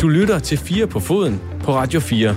Du lytter til 4 på foden på Radio 4.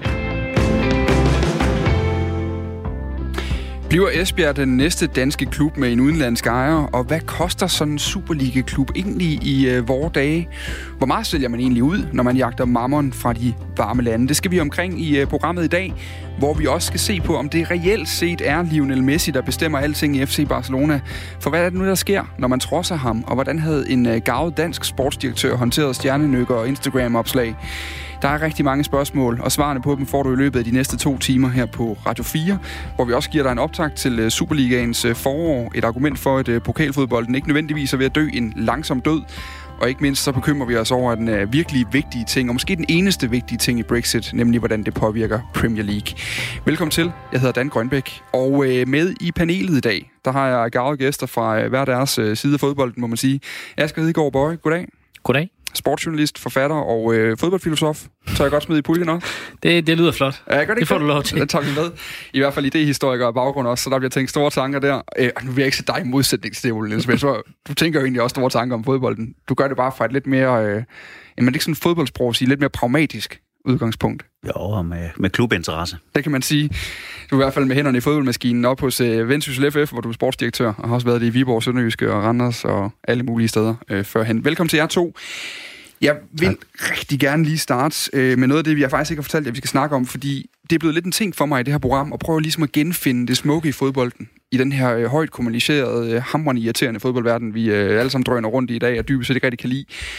Bliver Esbjerg den næste danske klub med en udenlandsk ejer, og hvad koster sådan en Superliga-klub egentlig i vore dage? Hvor meget sælger man egentlig ud, når man jagter mammon fra de varme lande? Det skal vi omkring i programmet i dag, hvor vi også skal se på, om det reelt set er Lionel Messi, der bestemmer alting i FC Barcelona. For hvad er det nu, der sker, når man trodser ham? Og hvordan havde en garvet dansk sportsdirektør håndteret stjernenykker og Instagram-opslag? Der er rigtig mange spørgsmål, og svarene på dem får du i løbet af de næste 2 timer her på Radio 4, hvor vi også giver dig en optakt til Superligaens forår. Et argument for, at pokalfodbolden ikke nødvendigvis er ved at dø en langsom død. Og ikke mindst så bekymrer vi os over den virkelig vigtige ting, og måske den eneste vigtige ting i Brexit, nemlig hvordan det påvirker Premier League. Velkommen til. Jeg hedder Dan Grønbæk, og med i panelet i dag, der har jeg garvede gæster fra hver deres side af fodbolden, må man sige. Asger Hedegaard Bøje, goddag. Goddag. Sportsjournalist, forfatter og fodboldfilosof. Så jeg godt smide i puljen også. Det lyder flot. Ja, det får du lov til. Det tager vi med. I hvert fald idéhistoriker og baggrund også, så der bliver tænkt store tanker der. Nu vil jeg ikke se dig i modsætning til det, Ole Niels, men du tænker jo egentlig også store tanker om fodbolden. Du gør det bare fra et lidt mere, men ikke sådan fodboldsprog, sige lidt mere pragmatisk udgangspunkt. Jo, og med klubinteresse. Det kan man sige. Du er i hvert fald med hænderne i fodboldmaskinen op hos Vendsyssel FF, hvor du er sportsdirektør, og har også været det i Viborg, Sønderjyske og Randers og alle mulige steder førhen. Velkommen til jer to. Jeg vil rigtig gerne lige starte med noget af det, jeg faktisk ikke har fortalt jer, vi skal snakke om, fordi det er blevet lidt en ting for mig i det her program, at prøve ligesom at genfinde det smukke i fodbolden. I den her højt kommunicerede, hamrende irriterende fodboldverden, vi alle sammen drøner rundt i dag, og dybest set ikke rigtig kan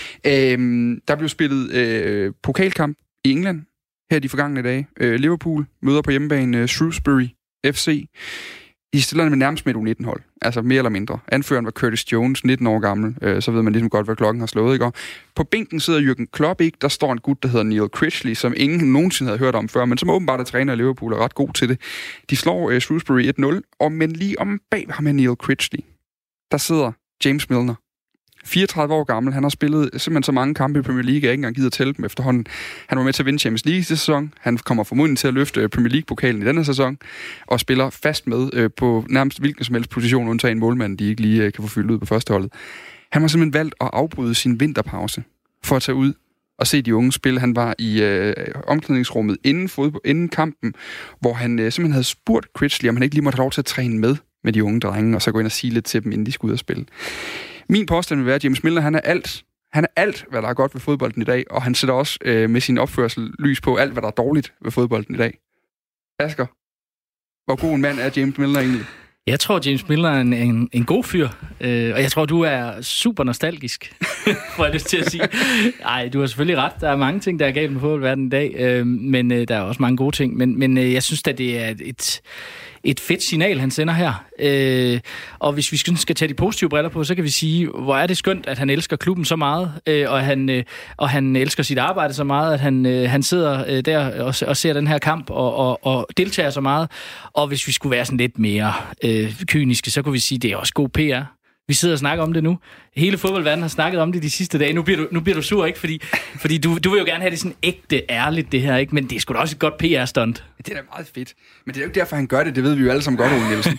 lide. Der blev spillet pokalkamp i England her de forgangne dage. Liverpool møder på hjemmebane Shrewsbury FC. De stiller med nærmest med et U19-hold. Altså mere eller mindre. Anføreren var Curtis Jones, 19 år gammel. Så ved man ligesom godt, hvad klokken har slået, ikke? Og på bænken sidder Jürgen Klopp, ikke? Der står en gut, der hedder Neil Critchley, som ingen nogensinde havde hørt om før, men som åbenbart er træner i Liverpool og ret god til det. De slår Shrewsbury 1-0, men lige om bag ham er Neil Critchley. Der sidder James Milner. 34 år gammel. Han har spillet simpelthen så mange kampe i Premier League, jeg ikke engang gider tælle dem efterhånden. Han var med til at vinde Champions League sidste sæson. Han kommer formodentlig til at løfte Premier League-pokalen i denne sæson, og spiller fast med på nærmest hvilken som helst position, undtagen målmanden, de ikke lige kan få fyldt ud på førsteholdet. Han har simpelthen valgt at afbryde sin vinterpause for at tage ud og se de unge spille. Han var i omklædningsrummet inden kampen, hvor han simpelthen havde spurgt Critchley, om han ikke lige måtte have lov til at træne med de unge drenge, og så gå ind og sige lidt til dem, inden de skulle ud og spille. Min påstand vil være, at James Milner, han er alt, hvad der er godt ved fodbolden i dag, og han sætter også med sin opførsel lys på alt, hvad der er dårligt ved fodbolden i dag. Asger, hvor god en mand er James Milner egentlig? Jeg tror, James Milner er en god fyr, og jeg tror, du er super nostalgisk, får jeg lyst til at sige. Ej, du har selvfølgelig ret. Der er mange ting, der er galt med fodboldverdenen i dag, men der er også mange gode ting. Men jeg synes at det er et fedt signal, han sender her. Og hvis vi skal tage de positive briller på, så kan vi sige, hvor er det skønt, at han elsker klubben så meget, og han elsker sit arbejde så meget, at han sidder der og ser den her kamp og deltager så meget. Og hvis vi skulle være sådan lidt mere kyniske, så kunne vi sige, at det er også god PR. Vi sidder og snakker om det nu. Hele fodboldverdenen har snakket om det de sidste dage. Nu bliver du sur, ikke? Fordi du vil jo gerne have det sådan ægte ærligt, det her, ikke? Men det er sgu da også et godt PR-stunt. Det er da meget fedt. Men det er jo ikke derfor, han gør det. Det ved vi jo alle sammen godt, Ole Nielsen.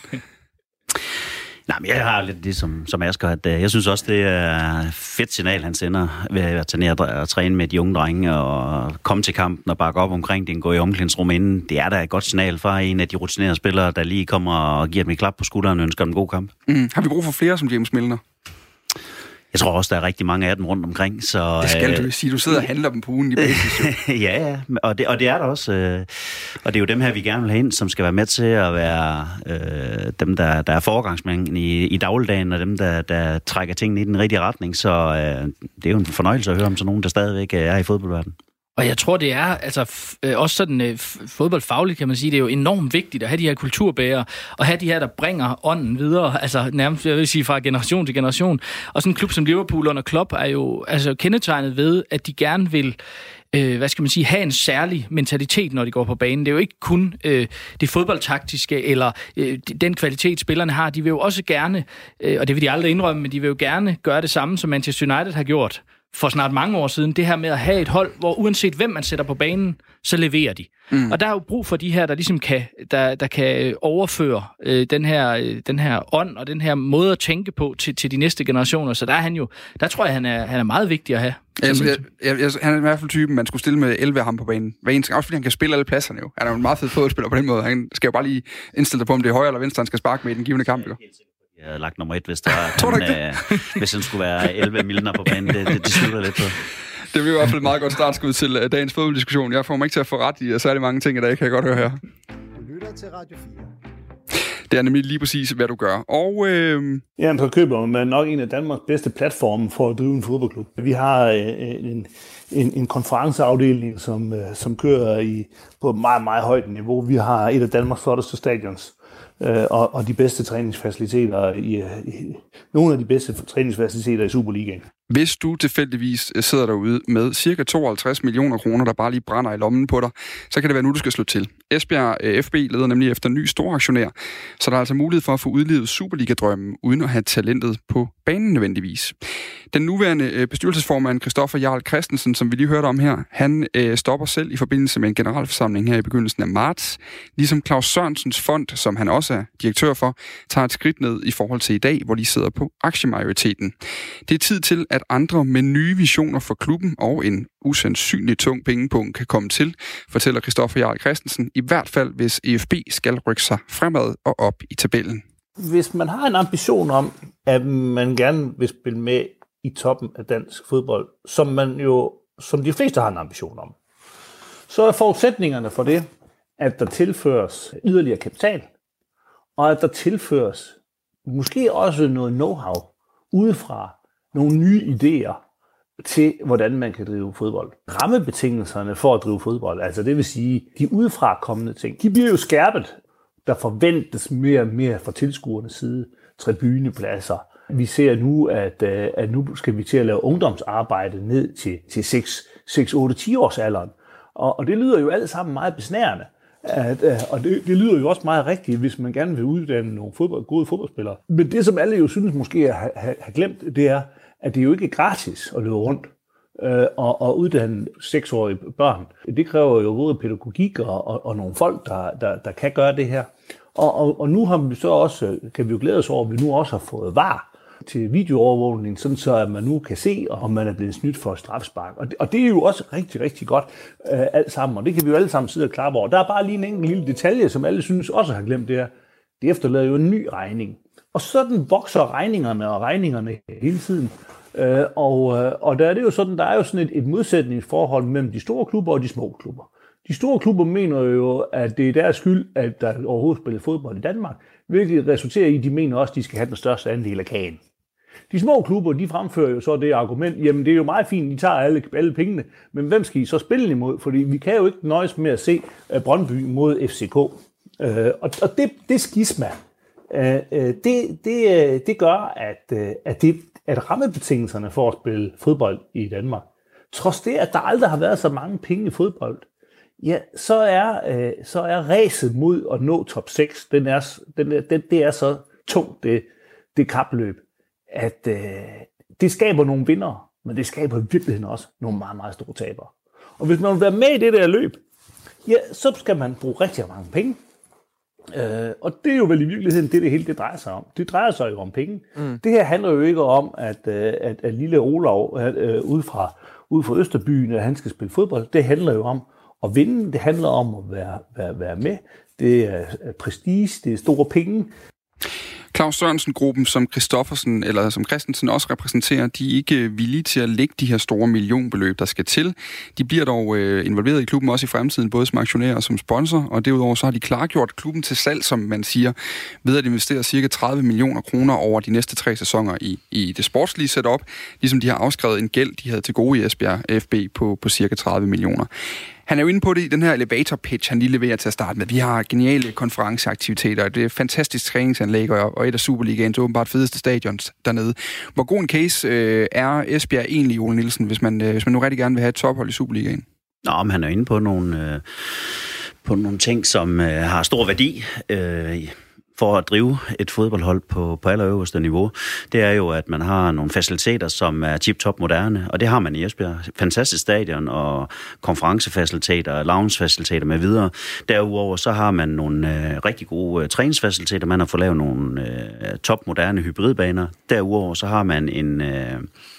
Nej, men jeg har lidt det som Asger, at jeg synes også, det er et fedt signal, han sender ved at tage ned og træne med de unge drenge og komme til kampen og bakke op omkring den, gå i omklædningsrum inden. Det er da et godt signal fra en af de rutinerede spillere, der lige kommer og giver dem et klap på skulderen og ønsker dem en god kamp. Har vi brug for flere som James Milner? Jeg tror også, der er rigtig mange af dem rundt omkring. Så, det skal du jo sige. Du sidder og handler dem på ugen i basis. Ja, og det er der også. Og det er jo dem her, vi gerne vil have ind, som skal være med til at være dem, der er foregangsmænd i dagligdagen, og dem, der trækker tingene i den rigtige retning. Så det er jo en fornøjelse at høre om sådan nogen, der stadigvæk er i fodboldverdenen. Og jeg tror, det er altså også sådan fodboldfagligt, kan man sige, det er jo enormt vigtigt at have de her kulturbærere, og have de her, der bringer ånden videre, altså nærmest, jeg vil sige, fra generation til generation. Og sådan en klub som Liverpool under Klopp er jo altså kendetegnet ved, at de gerne vil have en særlig mentalitet, når de går på banen. Det er jo ikke kun det fodboldtaktiske, eller den kvalitet, spillerne har. De vil jo også gerne, og det vil de aldrig indrømme, men de vil jo gerne gøre det samme, som Manchester United har gjort for snart mange år siden. Det her med at have et hold, hvor uanset hvem man sætter på banen, så leverer de. Og der er jo brug for de her, der ligesom kan overføre den her ånd og den her måde at tænke på til de næste generationer. Så der tror jeg, han er meget vigtig at have. Han er i hvert fald typen, man skulle stille med 11 af ham på banen. Også fordi han kan spille alle pladserne jo. Han er jo en meget fed fodboldspiller på den måde. Han skal jo bare lige indstille sig på, om det er højre eller venstre, han skal sparke med i den givende kamp. Jo. Jeg havde lagt nummer 1, hvis der var, hvis han skulle være 11 Milner på banen. Det slutter lidt på. Det bliver i hvert fald et meget godt startskud til dagens fodbolddiskussion. Jeg får mig ikke til at få ret i særlig mange ting i dag, kan jeg godt høre her. Du lytter til Radio 4. Det er nemlig lige præcis, hvad du gør. Og Jamen, så køber man nok en af Danmarks bedste platforme for at drive en fodboldklub. Vi har en konferenceafdeling, som kører på et meget, meget højt niveau. Vi har et af Danmarks flotteste stadions. Og de bedste træningsfaciliteter nogle af de bedste træningsfaciliteter i Superligaen. Hvis du tilfældigvis sidder derude med cirka 52 millioner kroner, der bare lige brænder i lommen på dig, så kan det være nu, du skal slå til. Esbjerg FB leder nemlig efter en ny storaktionær, så der er altså mulighed for at få udlevet Superliga-drømmen, uden at have talentet på banen nødvendigvis. Den nuværende bestyrelsesformand, Christoffer Jarl Christensen, som vi lige hørte om her, han stopper selv i forbindelse med en generalforsamling her i begyndelsen af marts. Ligesom Claus Sørensens fond, som han også er direktør for, tager et skridt ned i forhold til i dag, hvor de sidder på aktiemajoriteten. Det er tid til, at andre med nye visioner for klubben og en usandsynlig tung pengepunkt kan komme til, fortæller Christoffer Jarl Christensen, i hvert fald hvis EFB skal rykke sig fremad og op i tabellen. Hvis man har en ambition om, at man gerne vil spille med i toppen af dansk fodbold, som de fleste har en ambition om, så er forudsætningerne for det, at der tilføres yderligere kapital, og at der tilføres måske også noget know-how udefra, nogle nye idéer til, hvordan man kan drive fodbold. Rammebetingelserne for at drive fodbold, altså det vil sige, de udefra kommende ting, de bliver jo skærpet. Der forventes mere og mere fra tilskuernes side, tribunepladser. Vi ser nu, at nu skal vi til at lave ungdomsarbejde ned til 6-8-10 års alderen. Og det lyder jo alt sammen meget besnærende. Og det lyder jo også meget rigtigt, hvis man gerne vil uddanne nogle gode fodboldspillere. Men det, som alle jo synes måske at have glemt, det er, at det jo ikke er gratis at løbe rundt og uddanne 6-årige børn. Det kræver jo både pædagogik og nogle folk, der kan gøre det her. Og nu har vi så også, kan vi jo glæde os over, at vi nu også har fået VAR til videoovervågning, sådan så at man nu kan se, om man er blevet snydt for strafspark. Og det er jo også rigtig, rigtig godt alt sammen, og det kan vi jo alle sammen sidde og klappe over. Der er bare lige en enkelt lille detalje, som alle synes også har glemt det her. Det efterlader jo en ny regning. Og sådan vokser regningerne hele tiden. Og der er det jo sådan, der er jo sådan et modsætningsforhold mellem de store klubber og de små klubber. De store klubber mener jo, at det er deres skyld, at der overhovedet spiller fodbold i Danmark, hvilket resulterer i, at de mener også, at de skal have den største andel af kagen. De små klubber, de fremfører jo så det argument, jamen det er jo meget fint, de tager alle pengene, men hvem skal I så spille imod? Fordi vi kan jo ikke nøjes med at se Brøndby mod FCK. Og det skisma, det gør, at rammebetingelserne for at spille fodbold i Danmark, trods det, at der aldrig har været så mange penge i fodbold, ja, så er ræset mod at nå top 6, det er så tungt, det kapløb, at det skaber nogle vindere, men det skaber i virkeligheden også nogle meget, meget store tabere. Og hvis man vil være med i det der løb, ja, så skal man bruge rigtig mange penge. Og det er jo vel i virkeligheden det hele det drejer sig om. Det drejer sig jo om penge. Det her handler jo ikke om, at lille Olav ude fra Østerbyen, at han skal spille fodbold. Det handler jo om at vinde. Det handler om at være med. Det er prestige, det er store penge. Claus Sørensen-gruppen, som Christoffersen eller som Christensen også repræsenterer, de er ikke villige til at lægge de her store millionbeløb, der skal til. De bliver dog involveret i klubben også i fremtiden, både som aktionærer og som sponsor, og derudover så har de klargjort klubben til salg, som man siger, ved at investere cirka 30 millioner kroner over de næste 3 sæsoner i det sportslige setup, ligesom de har afskrevet en gæld, de havde til gode i Esbjerg FB på cirka 30 millioner. Han er jo inde på det i den her elevator pitch, han lige leverer til at starte med. Vi har geniale konferenceaktiviteter, det er et fantastisk træningsanlæg, og et af Superligaens åbenbart fedeste stadions dernede. Hvor god en case er Esbjerg egentlig, Ole Nielsen, hvis man nu rigtig gerne vil have et tophold i Superligaen? Nå, men han er inde på nogle ting, som har stor værdi for at drive et fodboldhold på allerøverste niveau. Det er jo, at man har nogle faciliteter, som er tip-top moderne, og det har man i Esbjerg. Fantastisk stadion og konferencefaciliteter, loungefaciliteter med videre. Derudover så har man nogle rigtig gode træningsfaciliteter. Man har fået lavet nogle topmoderne hybridbaner. Derudover så har man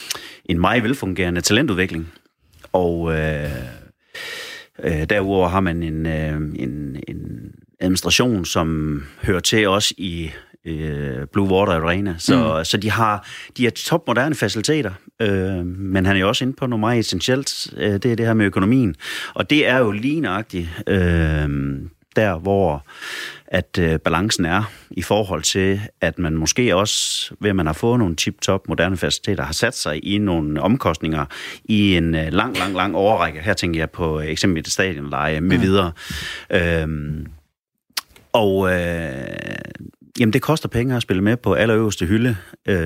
en meget velfungerende talentudvikling. Og derudover har man en administration, som hører til os i Blue Water Arena. Så de har topmoderne faciliteter, men han er jo også inde på noget meget essentielt, det er det her med økonomien. Og det er jo lige nøjagtigt der, hvor at balancen er i forhold til, at man måske også, ved at man har fået nogle tip-top moderne faciliteter, har sat sig i nogle omkostninger i en lang overrække. Her tænker jeg på eksempelvis stadionleje med videre. Jamen, det koster penge at spille med på allerøverste hylde,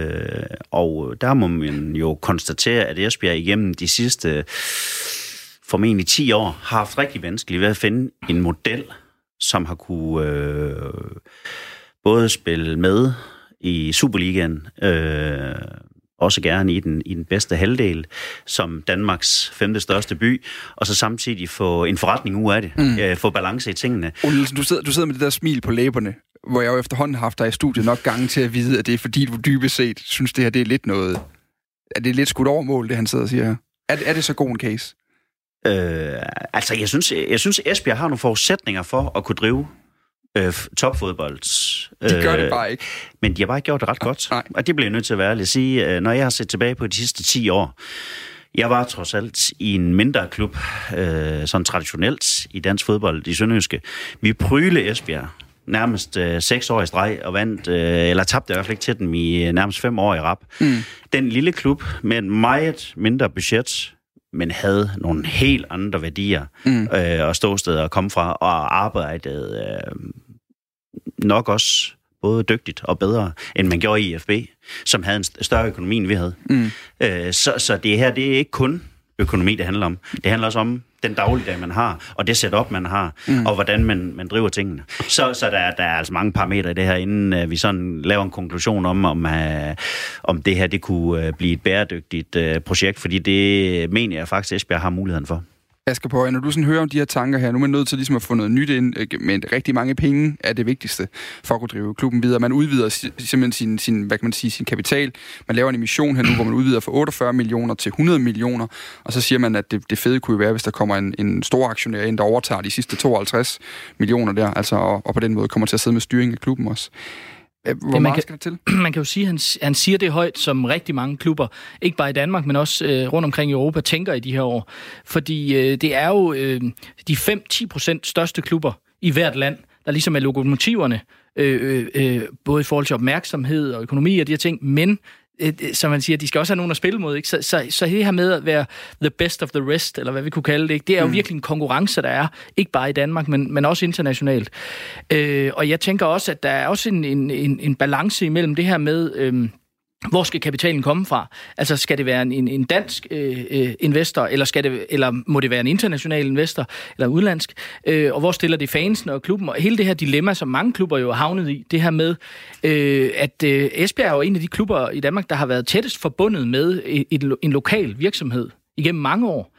og der må man jo konstatere, at Esbjerg igennem de sidste formentlig 10 år har haft rigtig vanskeligt ved at finde en model, som har kunne både spille med i Superligaen, også gerne i den bedste halvdel, som Danmarks 5. største by, og så samtidig få en forretning ud af det, få balance i tingene. Ole Nielsen, du sidder med det der smil på læberne, hvor jeg jo efterhånden har haft dig i studiet nok gange til at vide, at det er fordi, du dybest set synes, det her det er lidt noget... Er det lidt skudt over mål, det han sidder og siger her? Er det så god en case? Altså, jeg synes Esbjerg har nogle forudsætninger for at kunne drive topfodbold. De gør det bare ikke. Men de har bare ikke gjort det ret godt. Nej. Og det bliver jeg nødt til at være ærlig at sige. Når jeg har set tilbage på de sidste 10 år, jeg var trods alt i en mindre klub, sådan traditionelt i dansk fodbold i Sønderjyske. Vi pryle Esbjerg nærmest 6 år i streg og vandt, eller tabte i hvert fald ikke til dem i nærmest 5 år i rap. Den lille klub med et meget mindre budget, men havde nogle helt andre værdier og ståsteder at komme fra, og arbejdede nok også både dygtigt og bedre, end man gjorde i IFB, som havde en større økonomi, end vi havde. Så det her, det er ikke kun økonomi, det handler om. Det handler også om den dagligdag, man har, og det setup, man har, og hvordan man driver tingene. Så der er altså mange parametre i det her, inden vi sådan laver en konklusion om det her, det kunne blive et bæredygtigt projekt, fordi det mener jeg faktisk, at Esbjerg har muligheden for. Asger Pøje, når du sådan hører om de her tanker her, nu er man nødt til ligesom at få noget nyt ind, men rigtig mange penge er det vigtigste for at kunne drive klubben videre. Man udvider simpelthen sin kapital. Man laver en emission her nu, hvor man udvider fra 48 millioner til 100 millioner, og så siger man, at det fede kunne være, hvis der kommer en stor aktionær ind, der overtager de sidste 52 millioner der, altså, og på den måde kommer til at sidde med styringen af klubben også. Hvor meget skal det til? Man kan jo sige, at han siger det højt, som rigtig mange klubber, ikke bare i Danmark, men også rundt omkring i Europa, tænker i de her år. Fordi det er jo de 5-10% største klubber i hvert land, der ligesom er lokomotiverne, både i forhold til opmærksomhed og økonomi og de her ting, men som man siger, de skal også have nogen at spille mod, ikke? Så det her med at være the best of the rest, eller hvad vi kunne kalde det, ikke? Det er jo virkelig en konkurrence, der er, ikke bare i Danmark, men også internationalt. Og jeg tænker også, at der er også en balance imellem det her med... Hvor skal kapitalen komme fra? Altså, skal det være en dansk investor, eller må det være en international investor, eller udlandsk? Og hvor stiller det fansen og klubben? Og hele det her dilemma, som mange klubber jo har havnet i, det her med, at Esbjerg er jo en af de klubber i Danmark, der har været tættest forbundet med en lokal virksomhed igennem mange år.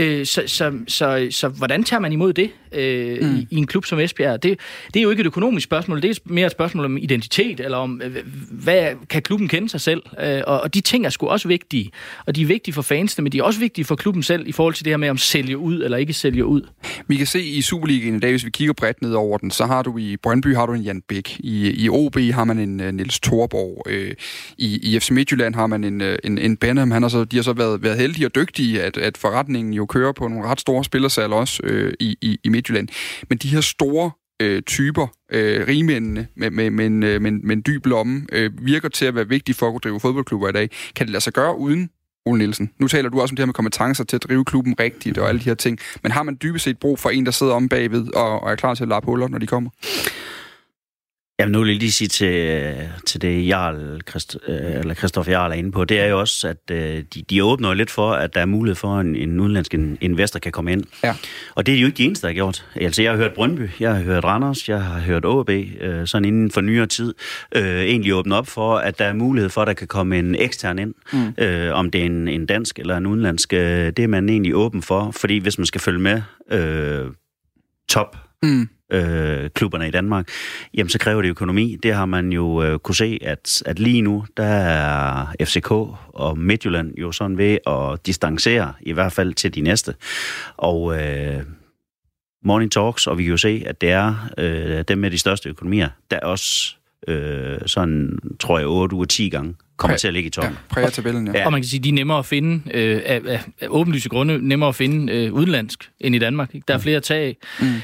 Så hvordan tager man imod det i en klub som Esbjerg? Det er jo ikke et økonomisk spørgsmål, det er mere et spørgsmål om identitet, eller om, hvad kan klubben kende sig selv? Og de ting er sgu også vigtige, og de er vigtige for fansene, men de er også vigtige for klubben selv, i forhold til det her med, om sælge ud eller ikke sælge ud. Vi kan se i Superligaen i dag, hvis vi kigger bredt ned over den, så har du i Brøndby har du en Jan Bæk, i OB har man en Niels Thorborg, i FC Midtjylland har man en Benham, de har så været heldige og dygtige, at forretningen jo kører på nogle ret store spillersalg også i Midtjylland. Men de her store typer, rigmændene med en dyb lomme, virker til at være vigtige for at kunne drive fodboldklubber i dag. Kan det lade sig gøre uden, Ole Nielsen? Nu taler du også om det her med kompetencer til at drive klubben rigtigt og alle de her ting. Men har man dybest set brug for en, der sidder om bagved og er klar til at lappe huller, når de kommer? Jamen, nu vil jeg lige sige til det, Christoph Jarl er inde på, det er jo også, at de åbner lidt for, at der er mulighed for, at en udenlandsk investor kan komme ind. Ja. Og det er jo ikke de eneste, der har gjort. Altså, jeg har hørt Brøndby, jeg har hørt Randers, jeg har hørt AaB, sådan inden for nyere tid, egentlig åbne op for, at der er mulighed for, at der kan komme en ekstern ind. Om det er en dansk eller en udenlandsk, det er man egentlig åben for, fordi hvis man skal følge med top klubberne i Danmark, jamen så kræver det økonomi. Det har man jo kunne se, at lige nu, der er FCK og Midtjylland jo sådan ved at distancere, i hvert fald til de næste. Og Morning Talks, og vi kan jo se, at det er dem med de største økonomier, der også sådan, tror jeg, 8 ud af 10 gange kommer til at ligge i toppen. Ja, præger tabellen, ja. Og man kan sige, de er nemmere at finde, af åbenlyse grunde, nemmere at finde udenlandsk end i Danmark. Ikke? Der er flere tag,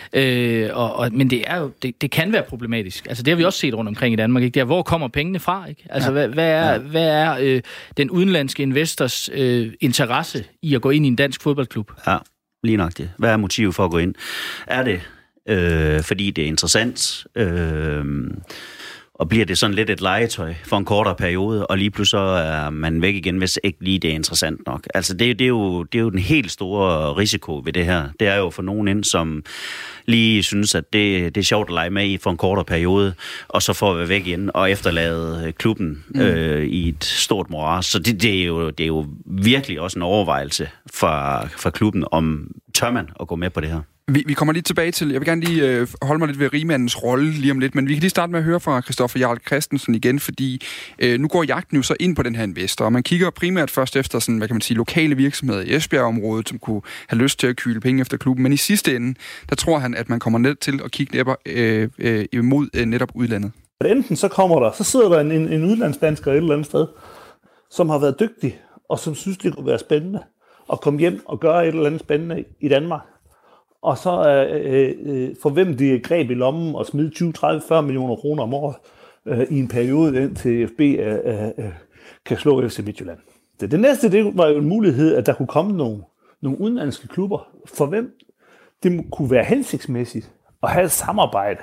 men det er jo, det kan være problematisk. Altså det har vi også set rundt omkring i Danmark. Ikke? Det er, hvor kommer pengene fra? Ikke? Altså hvad er den udenlandske investors interesse i at gå ind i en dansk fodboldklub? Ja, lige nok det. Hvad er motivet for at gå ind? Er det fordi det er interessant? Og bliver det sådan lidt et legetøj for en kortere periode, og lige pludselig så er man væk igen, hvis ikke lige det er interessant nok. Altså det er jo den helt store risiko ved det her. Det er jo for nogen ind, som lige synes, at det er sjovt at lege med i for en kortere periode, og så får vi væk igen og efterlade klubben i et stort moras. Så det er jo virkelig også en overvejelse fra klubben, om tør man at gå med på det her. Vi kommer lige tilbage til, jeg vil gerne lige holde mig lidt ved rigmandens rolle lige om lidt, men vi kan lige starte med at høre fra Christoffer Jarl Christensen igen, fordi nu går jagten jo så ind på den her investor, og man kigger primært først efter sådan, hvad kan man sige, lokale virksomheder i Esbjerg-området, som kunne have lyst til at kyle penge efter klubben, men i sidste ende, der tror han, at man kommer ned til at kigge imod netop udlandet. Enten så sidder der en udlandsdansker et eller andet sted, som har været dygtig, og som synes, det kunne være spændende at komme hjem og gøre et eller andet spændende i Danmark. Og så for hvem det er greb i lommen og smide 20, 30, 40 millioner kroner om året i en periode, indtil FB kan slå FC Midtjylland. Det næste, det var jo en mulighed, at der kunne komme nogle udenlandske klubber, for hvem det kunne være hensigtsmæssigt at have et samarbejde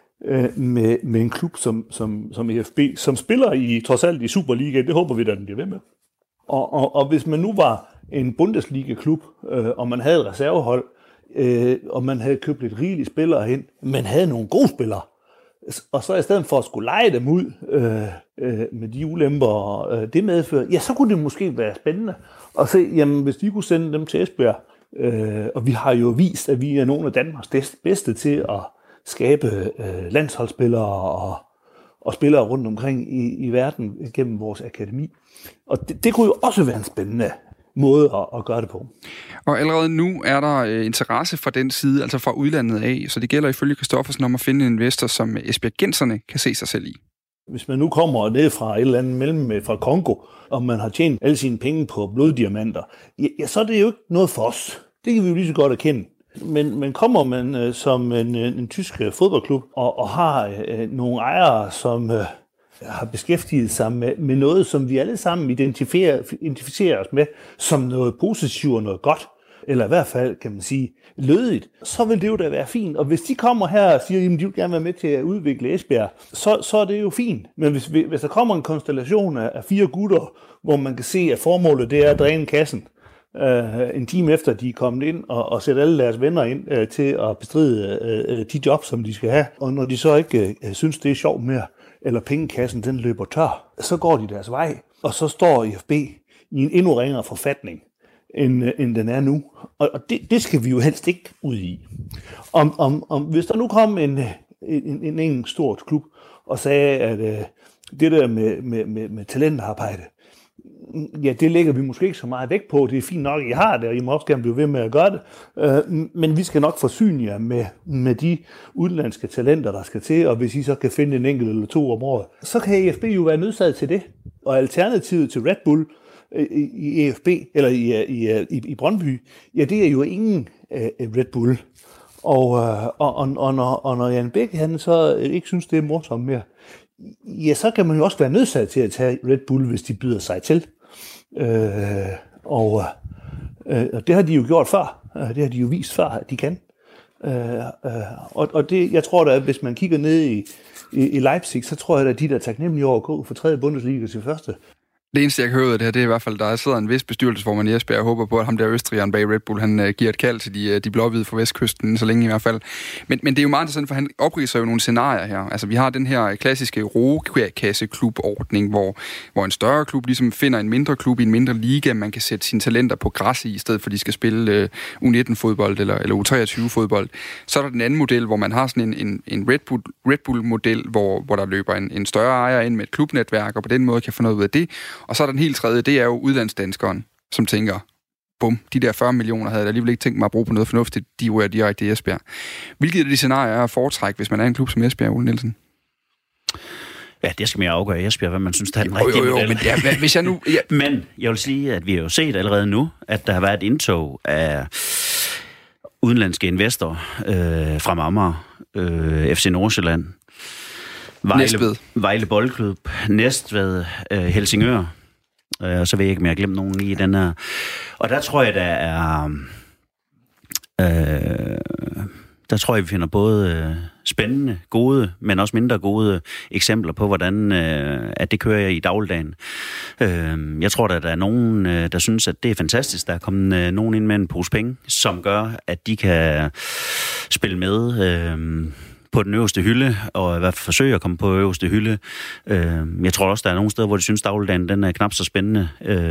med en klub som EFB, som spiller trods alt i Superligaen. Det håber vi, at den bliver ved med. Og hvis man nu var en Bundesliga-klub, og man havde et reservehold, og man havde købt lidt rigelige spillere hen, man havde nogle gode spillere, og så i stedet for at skulle lege dem ud med de ulemper, det medfører, ja, så kunne det måske være spændende at se, jamen hvis de kunne sende dem til Esbjerg, og vi har jo vist, at vi er nogle af Danmarks bedste til at skabe landsholdsspillere og spillere rundt omkring i verden gennem vores akademi. Og det kunne jo også være en spændende måde at gøre det på. Og allerede nu er der interesse fra den side, altså fra udlandet af, så det gælder ifølge Christoffersen om at finde en investor, som esbjergenserne kan se sig selv i. Hvis man nu kommer ned fra et eller andet mellem fra Kongo, og man har tjent alle sine penge på bloddiamanter, ja, så er det jo ikke noget for os. Det kan vi jo lige så godt erkende. Men kommer man som en tysk fodboldklub og har nogle ejere, som har beskæftiget sig med noget, som vi alle sammen identificerer os med som noget positivt og noget godt, eller i hvert fald, kan man sige, lødigt, så vil det jo da være fint. Og hvis de kommer her og siger, at de vil gerne være med til at udvikle Esbjerg, så er det jo fint. Men hvis der kommer en konstellation af 4 gutter, hvor man kan se, at formålet det er at dræne kassen, en time efter de er kommet ind og sætte alle deres venner ind til at bestride de jobs, som de skal have, og når de så ikke synes, det er sjovt mere, eller pengekassen den løber tør, så går de deres vej, og så står IFB i en endnu ringere forfatning, end den er nu. Og det skal vi jo helst ikke ud i. Hvis der nu kom en stor klub og sagde, at det der med talentarbejde, ja, det lægger vi måske ikke så meget vægt på. Det er fint nok, I har det, og I må også gerne blive ved med at gøre det. Men vi skal nok forsyne jer med de udenlandske talenter, der skal til, og hvis I så kan finde en enkelt eller 2 om året, så kan EFB jo være nødsaget til det. Og alternativet til Red Bull i EFB, eller i Brøndby, ja, det er jo ingen Red Bull. Og når Jan Bæk, han så ikke synes, det er morsomt mere, ja, så kan man jo også være nødsaget til at tage Red Bull, hvis de byder sig til. Og det har de jo gjort før. Det har de jo vist før, at de kan. Og det, jeg tror da, at hvis man kigger ned i Leipzig, så tror jeg, at de der taknemmelige over at gå fra 3. Bundesliga til 1. Det eneste, jeg kan høre ud af det her, det er i hvert fald, der sidder en vis bestyrelsesformand i Esbjerg. Jeg håber på, at ham der østrigeren bag Red Bull, han giver et kald til de blå-hvide fra vestkysten, så længe i hvert fald. Men det er jo meget interessant, for han opridser jo nogle scenarier her. Altså, vi har den her klassiske rugekasseklubordning, hvor en større klub ligesom finder en mindre klub i en mindre liga, man kan sætte sine talenter på græs i stedet for de skal spille U19-fodbold eller U23-fodbold. Så er der den anden model, hvor man har sådan en Red Bull-model, hvor der løber en større ejer ind med et klubnetværk, og på den måde kan få noget ud af det. Og så er der den helt tredje, det er jo udlandsdanskeren, som tænker, bum, de der 40 millioner havde jeg alligevel ikke tænkt mig at bruge på noget fornuftigt, de er direkte i Esbjerg. Hvilket af de scenarier er at foretrække, hvis man er en klub som Esbjerg, Ole Nielsen? Ja, det skal man jo afgøre i Esbjerg, hvad man synes, der er den rigtige model. Men ja, hvis jeg nu... Ja. Men jeg vil sige, at vi har jo set allerede nu, at der har været et indtog af udenlandske investorer fra Amager, FC Nordsjælland, Vejle Boldklub, Næstved, Helsingør. Og så ved jeg ikke, om jeg har glemt nogen i den her. Og der tror jeg, der tror jeg, vi finder både spændende, gode, men også mindre gode eksempler på, hvordan at det kører i dagligdagen. Jeg tror, at der er nogen, der synes, at det er fantastisk. Der er kommet nogen ind med en pose penge, som gør, at de kan spille med på den øverste hylde, og i hvert fald forsøge at komme på øverste hylde. Jeg tror også, der er nogle steder, hvor de synes, dagligdagen den er knap så spændende,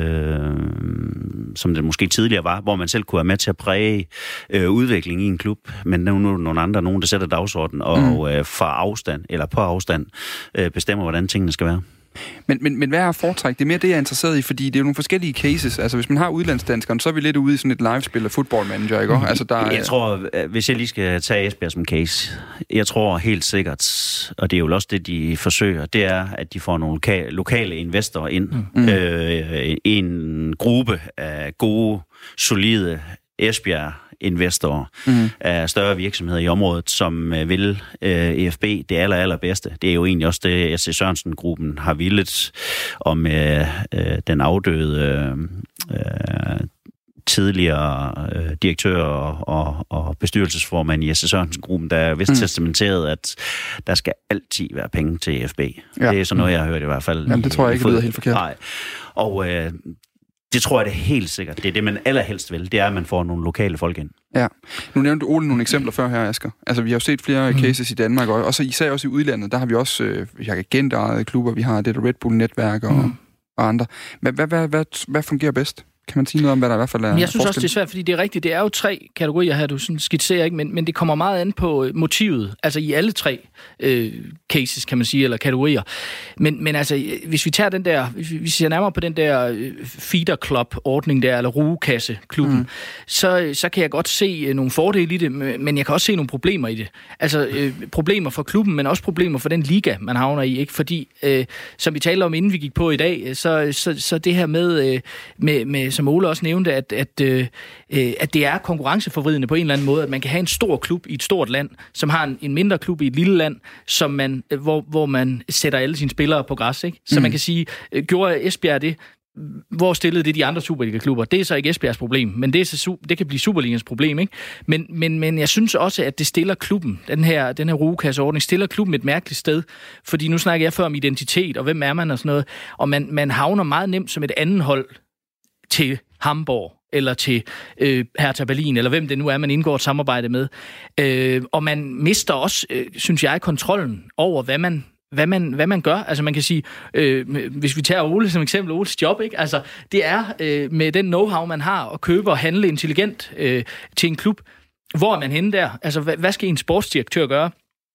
som det måske tidligere var, hvor man selv kunne være med til at præge udvikling i en klub, men nu er nogle andre, nogen, der sætter dagsordenen, og fra afstand, eller på afstand, bestemmer, hvordan tingene skal være. Men hvad er foretræk? Det er mere det, jeg er interesseret i, fordi det er jo nogle forskellige cases. Altså, hvis man har udlandsdanskeren, så er vi lidt ude i sådan et live-spil af Football Manager, ikke? Altså, jeg tror, hvis jeg lige skal tage Esbjerg som case, jeg tror helt sikkert, og det er jo også det, de forsøger, det er, at de får nogle lokale investorer ind. En gruppe af gode, solide Esbjerg-investorer af større virksomheder i området, som vil EFB det allerbedste. Det er jo egentlig også det, S.C. Sørensen-gruppen har villet om den afdøde tidligere direktør og bestyrelsesformand i S.C. Sørensen-gruppen, der er vist testamenteret, at der skal altid være penge til EFB. Ja. Det er sådan noget, jeg har hørt i hvert fald. Jamen, det tror jeg ikke, det lyder helt forkert. Nej. Og det tror jeg, det er helt sikkert. Det er det, man allerhelst vil. Det er, at man får nogle lokale folk ind. Ja. Nu nævnte Ole nogle eksempler før her, Asger. Altså, vi har jo set flere cases i Danmark, og også især også i udlandet. Der har vi også agentejede klubber. Vi har det der Red Bull-netværk og andre. Hvad fungerer bedst? Kan man sige noget om, hvad der i hvert fald er? Jeg synes også, det er svært, fordi det er rigtigt. Det er jo 3 kategorier her, du sådan skitserer, ikke? Men det kommer meget an på motivet. Altså i alle 3 cases, kan man sige, eller kategorier. Men altså, hvis vi tager den der, hvis vi ser nærmere på den der feeder club-ordning der, eller rugekasseklubben, så kan jeg godt se nogle fordele i det, men jeg kan også se nogle problemer i det. Altså problemer for klubben, men også problemer for den liga, man havner i, ikke? Fordi, som vi talte om, inden vi gik på i dag, så det her med som Ole også nævnte, at det er konkurrenceforvridende på en eller anden måde, at man kan have en stor klub i et stort land, som har en mindre klub i et lille land, som hvor man sætter alle sine spillere på græs, ikke? Så man kan sige, gjorde Esbjerg det, hvor stillede det de andre Superliga-klubber? Det er så ikke Esbjergs problem, men det kan blive Superligans problem, ikke? Men jeg synes også, at det stiller klubben, den her rugekasseordning, stiller klubben et mærkeligt sted, fordi nu snakker jeg før om identitet, og hvem er man og sådan noget, og man havner meget nemt som et andet hold til Hamburg, eller til Hertha Berlin, eller hvem det nu er, man indgår et samarbejde med. Og man mister også, synes jeg, kontrollen over, hvad man gør. Altså man kan sige, hvis vi tager Ole som eksempel, Oles job, ikke? Altså det er med den know-how, man har, at købe og handle intelligent til en klub. Hvor er man henne der? Altså hvad skal en sportsdirektør gøre?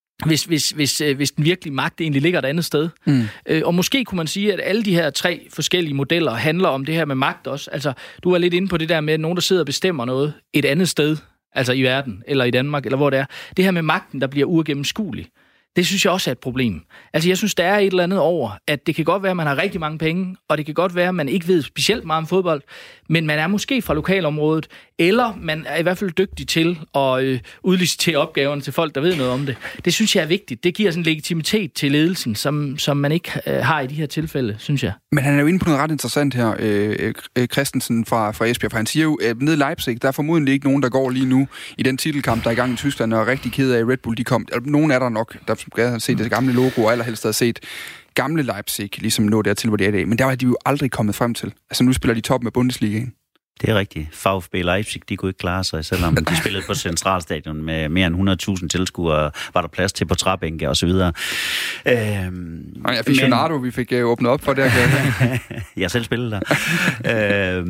Hvis den virkelige magt egentlig ligger et andet sted. Og måske kunne man sige, at alle de her 3 forskellige modeller handler om det her med magt også. Altså, du er lidt inde på det der med nogen, der sidder og bestemmer noget et andet sted, altså i verden, eller i Danmark, eller hvor det er. Det her med magten, der bliver uigennemskuelig. Det synes jeg også er et problem. Altså, jeg synes, der er et eller andet over, at det kan godt være, at man har rigtig mange penge, og det kan godt være, at man ikke ved specielt meget om fodbold, men man er måske fra lokalområdet, eller man er i hvert fald dygtig til at udlicitere opgaverne til folk, der ved noget om det. Det synes jeg er vigtigt. Det giver sådan en legitimitet til ledelsen, som man ikke har i de her tilfælde, synes jeg. Men han er jo inde på noget ret interessant her, Christensen fra Esbjerg, for han siger jo, at nede i Leipzig, der er formodentlig ikke nogen, der går lige nu i den titelkamp, der er i gang i Tyskland, og er rigtig ked af Red Bull, de kom. Nogen er der nok, der skal have set det gamle logo, og allerhelst har set gamle Leipzig ligesom nå dertil, hvor det er i dag. Men der var de jo aldrig kommet frem til. Altså nu spiller de toppen af Bundesligaen. Det er rigtigt. VfB Leipzig, de kunne ikke klare sig, selvom de spillede på Centralstadion med mere end 100.000 tilskuere, var der plads til på træbænke og så videre. Og aficionado, vi fik åbnet op for det her. Jeg selv spillede der.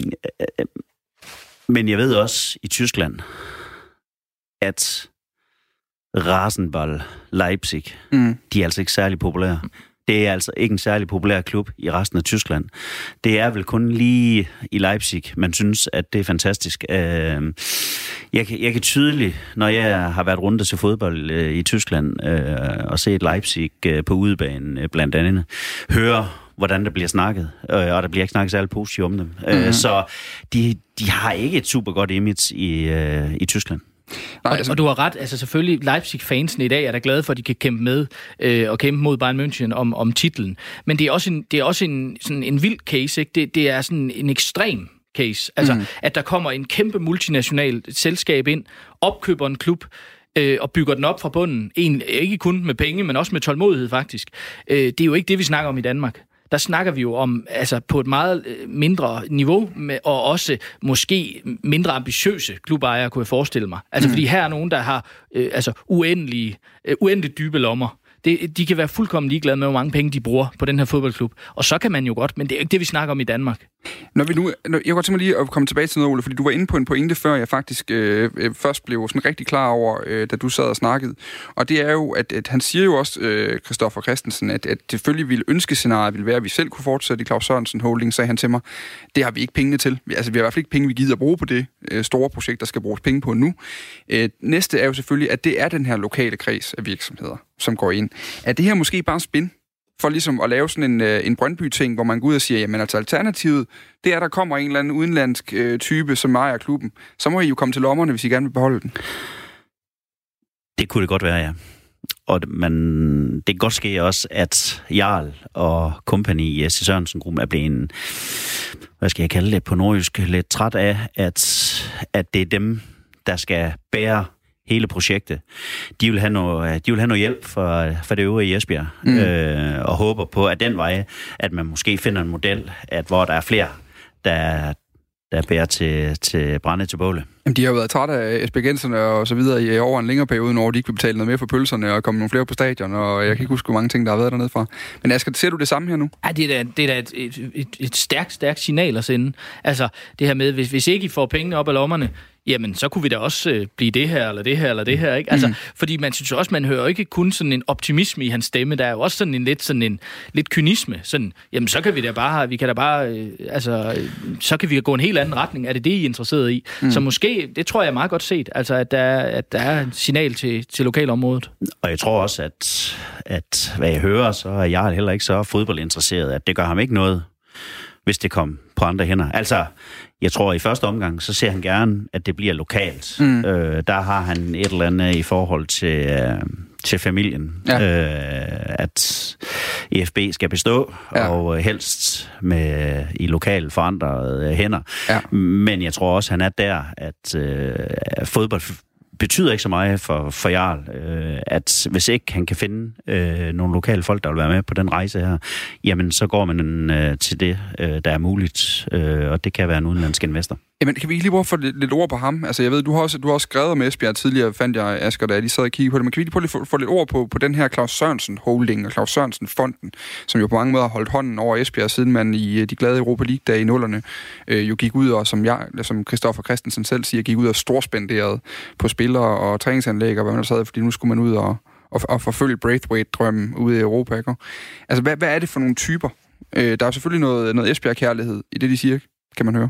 Men jeg ved også i Tyskland, at Rasenball Leipzig, de er altså ikke særlig populære. Det er altså ikke en særlig populær klub i resten af Tyskland. Det er vel kun lige i Leipzig, man synes, at det er fantastisk. Jeg kan tydeligt, når jeg har været rundt til fodbold i Tyskland og set Leipzig på udebanen blandt andet, høre, hvordan der bliver snakket, og der bliver ikke snakket særlig positivt om dem. Så de har ikke et super godt image i Tyskland. Nej, altså... og du har ret, altså selvfølgelig Leipzig-fansene i dag er da glade for, at de kan kæmpe med og kæmpe mod Bayern München om titlen. Men det er også en vild case, ikke? Det er sådan en ekstrem case. Altså, at der kommer en kæmpe multinational selskab ind, opkøber en klub, og bygger den op fra bunden. Ikke kun med penge, men også med tålmodighed faktisk. Det er jo ikke det, vi snakker om i Danmark. Der snakker vi jo om, altså på et meget mindre niveau, og også måske mindre ambitiøse klubejere, kunne jeg forestille mig. Altså fordi her er nogen, der har uendeligt dybe lommer. De kan være fuldkommen ligeglade med, hvor mange penge de bruger på den her fodboldklub. Og så kan man jo godt, men det er ikke det, vi snakker om i Danmark. Jeg kan godt tænke mig lige at komme tilbage til noget, Ole, fordi du var inde på en pointe før, jeg faktisk først blev sådan rigtig klar over, da du sad og snakkede. Og det er jo, at han siger jo også, Christoffer Christensen, at selvfølgelig ville ønskescenariet ville være, at vi selv kunne fortsætte i Claus Sørensen Holding, sagde han til mig. Det har vi ikke pengene til. Altså, vi har i hvert fald ikke penge, vi gider at bruge på det store projekt, der skal bruges penge på nu. Næste er jo selvfølgelig, at det er den her lokale kreds af virksomheder, som går ind. Er det her måske bare spin? For ligesom at lave sådan en Brøndby-ting, hvor man går ud og siger, jamen altså alternativet, det er, der kommer en eller anden udenlandsk type, som ejer klubben. Så må I jo komme til lommerne, hvis I gerne vil beholde den. Det kunne det godt være, ja. Men det kan godt ske også, at Jarl og company i S.C. Sørensen-gruppen er blevet, hvad skal jeg kalde det på nordjysk, lidt træt af, at det er dem, der skal bære hele projektet. De vil have noget hjælp for det øvrige i Esbjerg, og håber på, at den vej, at man måske finder en model, hvor der er flere, der bærer til brænde til bålet. Jamen, de har været trætte af esbjergenserne og så videre i over en længere periode, når de ikke vil betale noget mere for pølserne og komme nogle flere på stadion, og jeg kan ikke huske, hvor mange ting, der har været dernede fra. Men Asger, ser du det samme her nu? Ja, det er da et stærkt signal at sende. Altså, det her med, hvis ikke I får pengene op af lommerne, jamen, så kunne vi da også blive det her, eller det her, eller det her, ikke? Altså, fordi man synes også, man hører ikke kun sådan en optimisme i hans stemme, der er jo også sådan en lidt kynisme. Sådan, jamen, så kan vi da bare, så kan vi gå en helt anden retning. Er det det, I er interesseret i? Så måske, det tror jeg er meget godt set, altså, at der er et signal til lokalområdet. Og jeg tror også, at hvad jeg hører, så er jeg heller ikke så fodboldinteresseret, at det gør ham ikke noget, hvis det kom på andre hænder. Altså, jeg tror, i første omgang, så ser han gerne, at det bliver lokalt. Der har han et eller andet i forhold til familien. Ja. At EFB skal bestå, og helst i lokalt forandrede hænder. Ja. Men jeg tror også, han er der, at fodbold betyder ikke så meget for Jarl, at hvis ikke han kan finde nogle lokale folk, der vil være med på den rejse her, jamen så går man til det, der er muligt, og det kan være en udenlandsk investor. Jamen, kan vi ikke lige prøve at få lidt ord på ham? Altså, jeg ved, du har også skrevet om Esbjerg tidligere, fandt jeg, Asger, da jeg lige sad og kiggede på det, men kan vi lige prøve at få lidt ord på den her Claus Sørensen Holding og Claus Sørensen Fonden, som jo på mange måder har holdt hånden over Esbjerg, siden man i de glade Europa League-dage i nullerne jo gik ud og, som Christoffer Christensen selv siger, gik ud og storspenderede på spillere og træningsanlæg og hvad man sad, fordi nu skulle man ud og forfølge Braithwaite-drømmen ude i Europa, ikke? Altså, hvad er det for nogle typer? Der er selvfølgelig noget Esbjerg-kærlighed i det, de siger, kan man høre.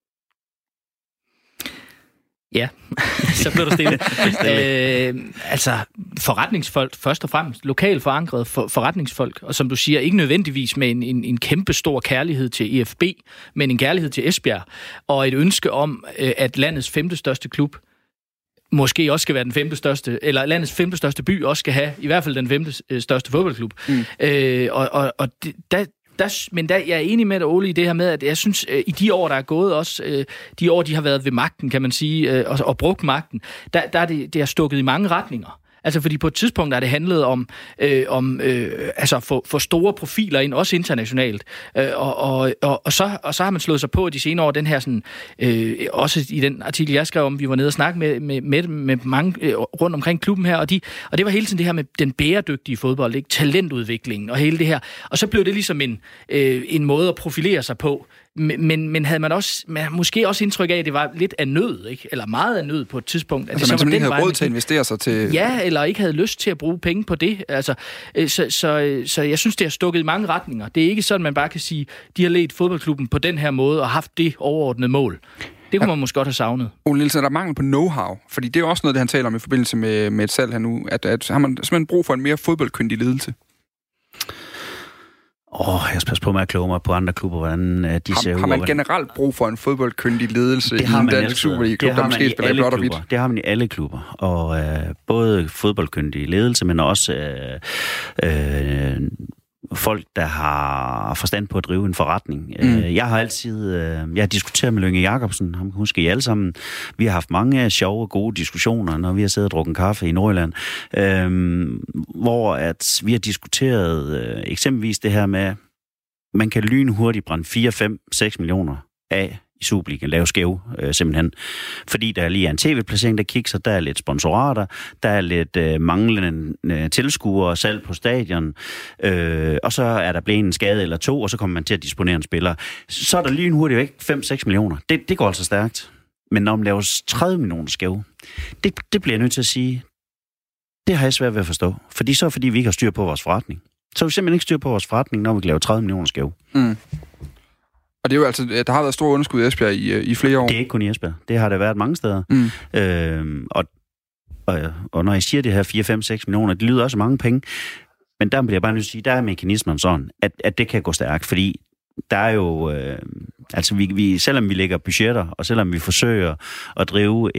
Ja, så blev der stille. Altså, forretningsfolk, først og fremmest, lokalt forankrede forretningsfolk, og som du siger, ikke nødvendigvis med en kæmpe stor kærlighed til EFB, men en kærlighed til Esbjerg, og et ønske om, at landets 5. største klub måske også skal være den 5. største, eller landets 5. største by også skal have, i hvert fald den 5. største fodboldklub. Men jeg er enig med dig, Ole, i det her med, at jeg synes, i de år, der er gået også, de år, de har været ved magten, kan man sige, og brugt magten, det har stukket i mange retninger. Altså, fordi på et tidspunkt er det handlet om få store profiler ind, også internationalt. Og så har man slået sig på de senere år, den her sådan, også i den artikel, jeg skrev om, vi var nede og snakke med mange rundt omkring klubben her, og det var hele tiden det her med den bæredygtige fodbold, ikke? Talentudviklingen og hele det her. Og så blev det ligesom en måde at profilere sig på. Men havde man måske også indtryk af, at det var lidt af nød, ikke? Eller meget af nød på et tidspunkt. Altså man simpelthen ikke havde råd til at investere sig til... Ja, eller ikke havde lyst til at bruge penge på det. Altså, så jeg synes, det har stukket i mange retninger. Det er ikke sådan, man bare kan sige, de har ledt fodboldklubben på den her måde og haft det overordnede mål. Det kunne man måske godt have savnet. Ole Nielsen, er der mangel på know-how? Fordi det er også noget, det han taler om i forbindelse med et salg her nu. At har man simpelthen brug for en mere fodboldkyndig ledelse? Jeg skal passe på med at kloge mig på andre klubber, hvordan de ser ud. Har man generelt brug for en fodboldkyndig ledelse i en dansk Superliga-klub, der måske spiller blot og hvidt? Det har man i alle klubber. Og både fodboldkyndig ledelse, men også folk, der har forstand på at drive en forretning. Jeg har diskuteret med Lynge Jacobsen, ham husker I alle sammen. Vi har haft mange sjove og gode diskussioner, når vi har siddet og drukket kaffe i Nordjylland, hvor at vi har diskuteret eksempelvis det her med, man kan lynhurtigt brænde 4, 5, 6 millioner af i Superligaen, lave skæve simpelthen. Fordi der lige er en tv-placering, der kigger, der er lidt sponsorater, der er lidt manglende tilskuere, salg på stadion, og så er der blevet en skade eller to, og så kommer man til at disponere en spiller. Så er der lynhurtigt væk 5-6 millioner. Det går altså stærkt. Men når man laver 30 millioner skæve, det bliver jeg nødt til at sige, det har jeg svært ved at forstå. Fordi vi ikke har styr på vores forretning. Så har vi simpelthen ikke styr på vores forretning, når vi laver 30 millioner skæve. Og det er jo altså, der har været store underskud i Esbjerg i flere år. Det er ikke kun i Esbjerg. Det har der været mange steder. Og når jeg siger det her 4, 5, 6 millioner, det lyder også mange penge. Men der bliver jeg bare nødt til at sige, der er mekanismen sådan, at det kan gå stærkt. Fordi der er jo... vi, selvom vi lægger budgetter, og selvom vi forsøger at drive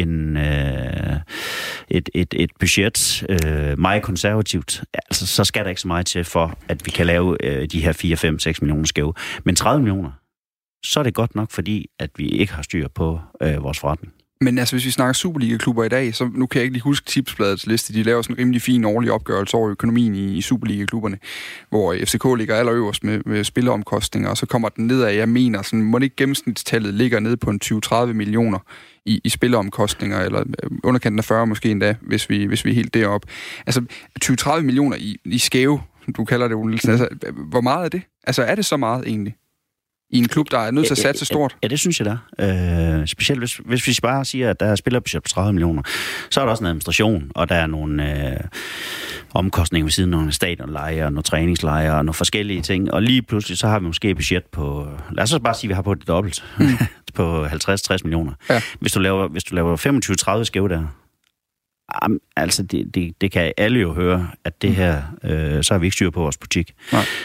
et budget meget konservativt, altså, så skal der ikke så meget til for, at vi kan lave de her 4, 5, 6 millioner skæve. Men 30 millioner, så er det godt nok, fordi at vi ikke har styr på vores forretning. Men altså, hvis vi snakker Superliga-klubber i dag, så nu kan jeg ikke lige huske Tipsbladets liste. De laver sådan en rimelig fin årlig opgørelse over økonomien i Superliga-klubberne, hvor FCK ligger allerøverst med spilleomkostninger, og så kommer den nedad. Jeg mener, sådan, må det ikke gennemsnitstallet ligger nede på en 20-30 millioner i spilleomkostninger, eller underkanten af 40 måske endda, hvis vi er helt deroppe. Altså, 20-30 millioner i skæve, du kalder det, Ole Nielsen. Altså, hvor meget er det? Altså, er det så meget egentlig? I en klub, der er nødt til at satse stort? Ja, det synes jeg da. Specielt hvis vi bare siger, at der er spillerbudget på 30 millioner, så er der også en administration, og der er nogle omkostninger ved siden af nogle stadionleje og nogle træningsleje og nogle forskellige ting. Og lige pludselig, så har vi måske et budget på, lad os bare sige, at vi har på det dobbelt, på 50-60 millioner. Ja. Hvis du laver 25-30 skæve der, altså det kan alle jo høre, at det her, så har vi ikke styr på vores butik.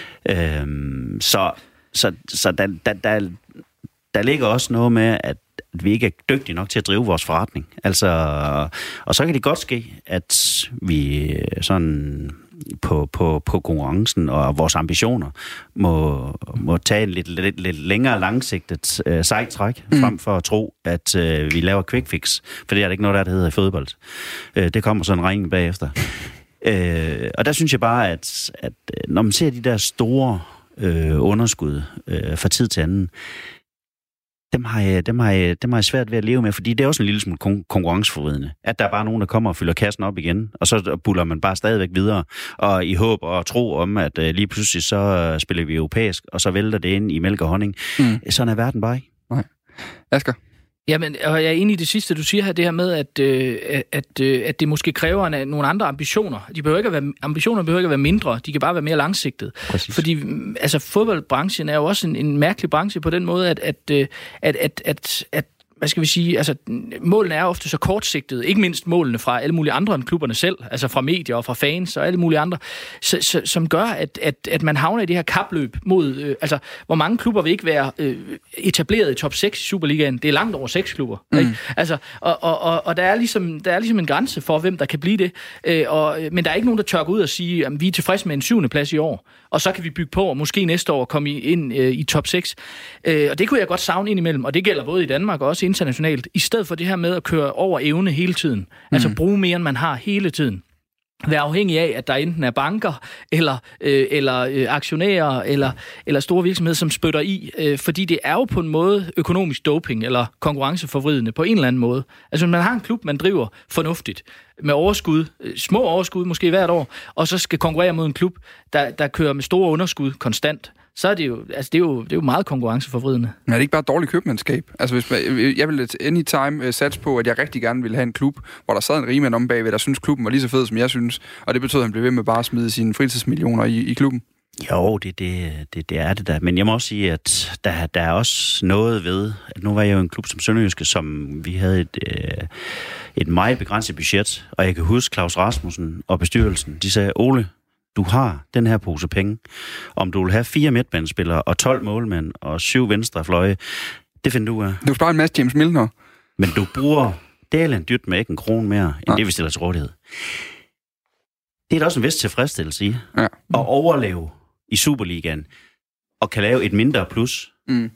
Så der ligger også noget med, at vi ikke er dygtige nok til at drive vores forretning. Altså, og så kan det godt ske, at vi sådan på konkurrencen og vores ambitioner må tage en lidt længere langsigtet sejt træk, frem for at tro, at vi laver quick fix. For det er der ikke noget, der hedder i fodbold. Det kommer sådan en regning bagefter. Og der synes jeg bare, at når man ser de der store underskud fra tid til anden, dem har jeg svært ved at leve med, fordi det er også en lille smule konkurrenceforvridende. At der er bare nogen, der kommer og fylder kassen op igen, og så buller man bare stadigvæk videre, og i håb og tro om, at lige pludselig så spiller vi europæisk, og så vælter det ind i mælk og honning. Sådan er verden bare ikke. Nej. Asger? Jamen, og jeg er enig i det sidste, du siger her, det her med, at det måske kræver nogle andre ambitioner. Ambitioner behøver ikke at være mindre, de kan bare være mere langsigtede. Præcis. Fordi altså, fodboldbranchen er jo også en mærkelig branche på den måde, at hvad skal vi sige, altså målene er ofte så kortsigtede, ikke mindst målene fra alle mulige andre end klubberne selv, altså fra medier og fra fans og alle mulige andre, som gør, at man havner i det her kapløb mod, altså hvor mange klubber vil ikke være etableret i top 6 i Superligaen, det er langt over 6 klubber, ikke? Altså, og der er ligesom en grænse for, hvem der kan blive det, men der er ikke nogen, der tør gå ud og sige, at vi er tilfredse med en 7. plads i år, og så kan vi bygge på, og måske næste år komme ind i top 6. Og det kunne jeg godt savne indimellem, og det gælder både i Danmark og også internationalt, i stedet for det her med at køre over evne hele tiden. Altså bruge mere, end man har hele tiden. være afhængig af, at der enten er banker, eller aktionærer, eller store virksomheder, som spytter i, fordi det er jo på en måde økonomisk doping, eller konkurrenceforvridende på en eller anden måde. Altså, man har en klub, man driver fornuftigt, med overskud, små overskud måske hvert år, og så skal konkurrere mod en klub, der kører med store underskud konstant, så er det jo, altså det er jo meget konkurrenceforvridende. Men er det ikke bare dårligt købmandskab? Altså, jeg ville anytime satse på, at jeg rigtig gerne ville have en klub, hvor der sad en rigmand om bagved, der synes klubben var lige så fed, som jeg synes, og det betød, at han blev ved med bare at smide sine fritidsmillioner i klubben. Jo, det er det da. Men jeg må også sige, at der er også noget ved, at nu var jeg jo en klub som Sønderjyske, som vi havde et meget begrænset budget, og jeg kan huske Claus Rasmussen og bestyrelsen, de sagde, Ole, du har den her pose penge. Om du vil have 4 midtbanespillere og 12 målmænd og 7 venstrefløje, det finder du af. Du sparer en masse James Milner. Men du bruger delen dyrt med ikke en krone mere, end det vi stiller til rådighed. Det er da også en vis tilfredsstillelse i at overleve i Superligaen og kan lave et mindre plus.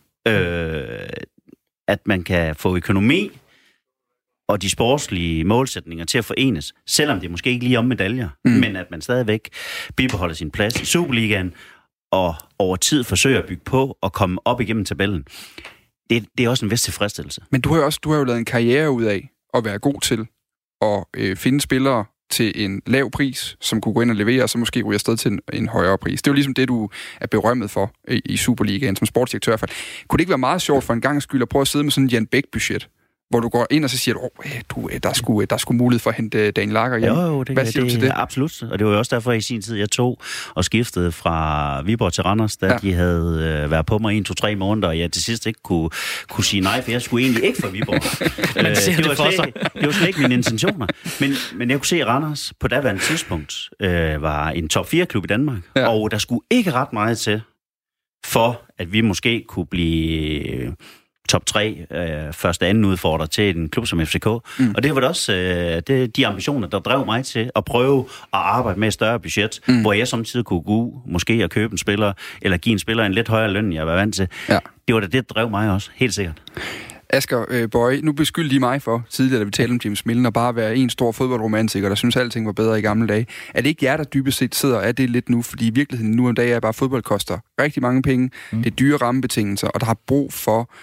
At man kan få økonomi og de sportslige målsætninger til at forenes, selvom det måske ikke lige om medaljer, men at man stadigvæk bibeholder sin plads i Superligaen, og over tid forsøger at bygge på og komme op igennem tabellen. Det er også en vis tilfredsstillelse. Men du har jo lavet en karriere ud af at være god til at finde spillere til en lav pris, som kunne gå ind og levere, og så måske ryge afsted til en højere pris. Det er jo ligesom det, du er berømmet for i Superligaen som sportsdirektør. Kunne det ikke være meget sjovt for en gang skyld at prøve at sidde med sådan en Jan Bæk-budget, hvor du går ind og så siger, der skulle mulighed for at hente Daniel Lager hjem? Jo, hvad siger du til det? Absolut. Og det var jo også derfor i sin tid, jeg tog og skiftede fra Viborg til Randers, da de havde været på mig 1-2-3 måneder, og jeg til sidst ikke kunne sige nej, for jeg skulle egentlig ikke fra Viborg. Det var slet ikke mine intentioner. Men jeg kunne se, at Randers på daværende tidspunkt var en top 4-klub i Danmark, og der skulle ikke ret meget til, for at vi måske kunne blive top 3, første anden udfordrer til en klub som FCK. Og det var det også de ambitioner, der drev mig til at prøve at arbejde med et større budget, hvor jeg samtidig kunne gå måske at købe en spiller, eller give en spiller en lidt højere løn, jeg var vant til. Ja. Det var det, der drev mig også, helt sikkert. Asger Boye, nu beskyldte de mig for, tidligere da vi talte om James Milner, bare at være en stor fodboldromantiker, der synes, at alting var bedre i gamle dage. Er det ikke jer, der dybest set sidder af det lidt nu? Fordi i virkeligheden nu om dagen er bare, fodbold koster rigtig mange penge, det er dyre rammebetingelser, og der har brug for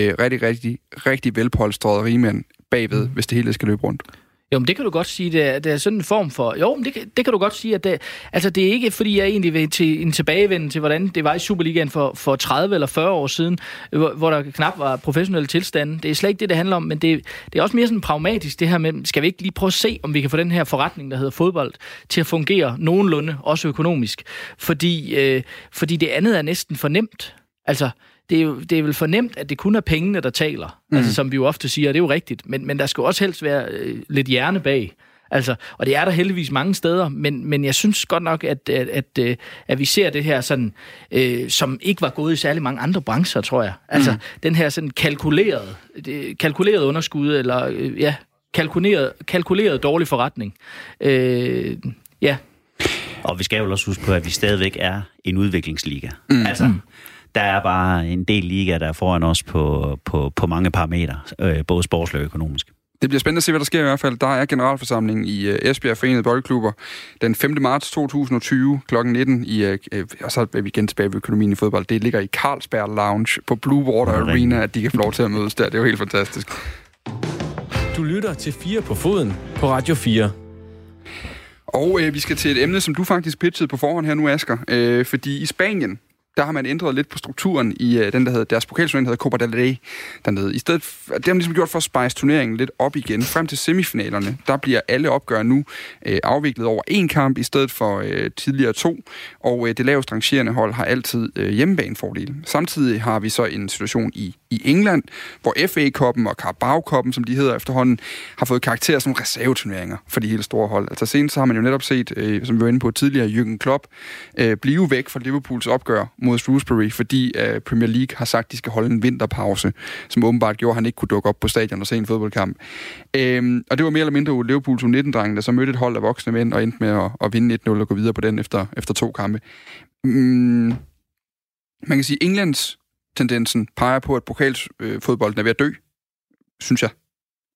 rigtig velpolstrede rigmænd bagved, hvis det hele skal løbe rundt. Jo, men det kan du godt sige, det er sådan en form for... Jo, men det kan du godt sige, at det er ikke, fordi jeg egentlig vil til en tilbagevende til, hvordan det var i Superligaen for 30 eller 40 år siden, hvor der knap var professionelle tilstande. Det er slet ikke det handler om, men det er også mere sådan pragmatisk, det her med, skal vi ikke lige prøve at se, om vi kan få den her forretning, der hedder fodbold, til at fungere nogenlunde, også økonomisk. Fordi det andet er næsten for nemt. Altså... Det er vel for nemt, at det kun er pengene, der taler, altså som vi jo ofte siger, og det er jo rigtigt, men der skal også helst være lidt hjerne bag. Altså, og det er der heldigvis mange steder, men jeg synes godt nok, at vi ser det her sådan, som ikke var gået i særlig mange andre brancher, tror jeg. Altså, den her sådan kalkuleret underskud, eller kalkuleret dårlig forretning. Og vi skal jo også huske på, at vi stadigvæk er en udviklingsliga. Altså... Der er bare en del liga, der er foran os på mange parametre, både sportsligt og økonomisk. Det bliver spændende at se, hvad der sker i hvert fald. Der er generalforsamling i Esbjerg Forenede Boldklubber den 5. marts 2020 kl. 19. Og så er vi igen tilbage ved økonomien i fodbold. Det ligger i Carlsberg Lounge på Blue Water Arena, at de kan få lov til at mødes der. Det er jo helt fantastisk. Du lytter til 4 på foden på Radio 4. Og vi skal til et emne, som du faktisk pitchede på forhånd her nu, Asger. Fordi i Spanien, der har man ændret lidt på strukturen i den, der hedder deres pokalturnering, der hedder Copa del Rey dernede. I stedet, det har man ligesom gjort for at spice turneringen lidt op igen. Frem til semifinalerne, der bliver alle opgør nu afviklet over 1 kamp, i stedet for tidligere 2. Og det lavest rangerende hold har altid hjemmebanefordel. Samtidig har vi så en situation i England, hvor FA-koppen og Carabao-koppen, som de hedder efterhånden, har fået karakter som reserveturneringer for de helt store hold. Altså senest har man jo netop set, som vi var inde på tidligere, Jürgen Klopp blive væk fra Liverpools opgør mod Shrewsbury, fordi Premier League har sagt, at de skal holde en vinterpause, som åbenbart gjorde, at han ikke kunne dukke op på stadion og se en fodboldkamp. Og det var mere eller mindre Liverpools U19-drengen, der så mødte et hold af voksne mænd og endte med at vinde 1-0 og gå videre på den efter 2 kampe. Man kan sige, at Englands tendensen peger på, at pokalfodbolden er ved at dø, synes jeg.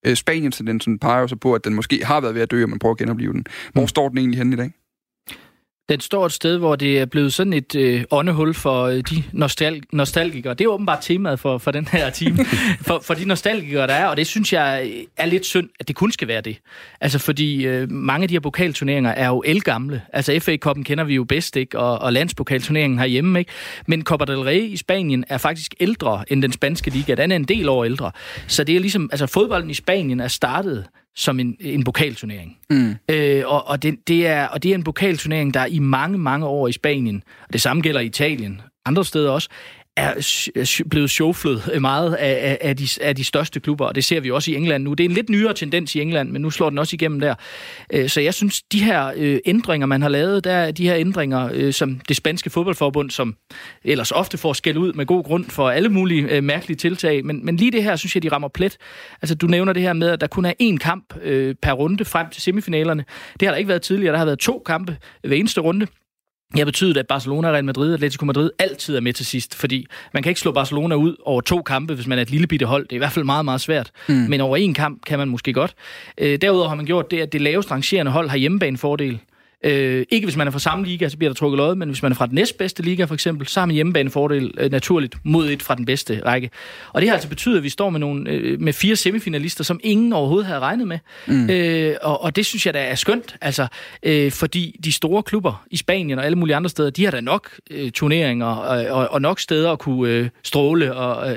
Spanien-tendensen peger jo så på, at den måske har været ved at dø, og man prøver at genopleve den. Hvor står den egentlig henne i dag? Den står et sted, hvor det er blevet sådan et åndehul for de nostalgikere. Det er åbenbart temaet for den her time. for de nostalgikere, der er, og det synes jeg er lidt synd, at det kun skal være det. Altså fordi mange af de her pokalturneringer er jo ældgamle. Altså FA-koppen kender vi jo bedst, ikke? Og landspokalturneringen herhjemme, ikke? Men Copa del Rey i Spanien er faktisk ældre end den spanske liga. Den er en del år ældre. Så det er ligesom, altså fodbolden i Spanien er startet som en pokalturnering. Og det er en pokalturnering, der i mange, mange år i Spanien, og det samme gælder i Italien, andre steder også, er blevet showflød meget af de største klubber, og det ser vi også i England nu. Det er en lidt nyere tendens i England, men nu slår den også igennem der. Så jeg synes, de her ændringer, man har lavet, der er de her ændringer, som det spanske fodboldforbund, som ellers ofte får skæld ud med god grund for alle mulige mærkelige tiltag, men lige det her, synes jeg, de rammer plet. Altså, du nævner det her med, at der kun er én kamp per runde frem til semifinalerne. Det har der ikke været tidligere. Der har været 2 kampe ved eneste runde. Det har betydet, at Barcelona, Real Madrid, Atletico Madrid altid er med til sidst, fordi man kan ikke slå Barcelona ud over 2 kampe, hvis man er et lille bitte hold. Det er i hvert fald meget, meget svært. Men over 1 kamp kan man måske godt. Derudover har man gjort det, at det lavest rangerende hold har hjemmebanefordel. Ikke hvis man er fra samme liga, så bliver der trukket lod, men hvis man er fra den næstbedste liga for eksempel, så har man hjemmebanefordel naturligt mod et fra den bedste række. Og det har altså betydet, at vi står med 4 semifinalister, som ingen overhovedet havde regnet med. Og det synes jeg da er skønt, altså, fordi de store klubber i Spanien og alle mulige andre steder, de har da nok turneringer og nok steder at kunne stråle.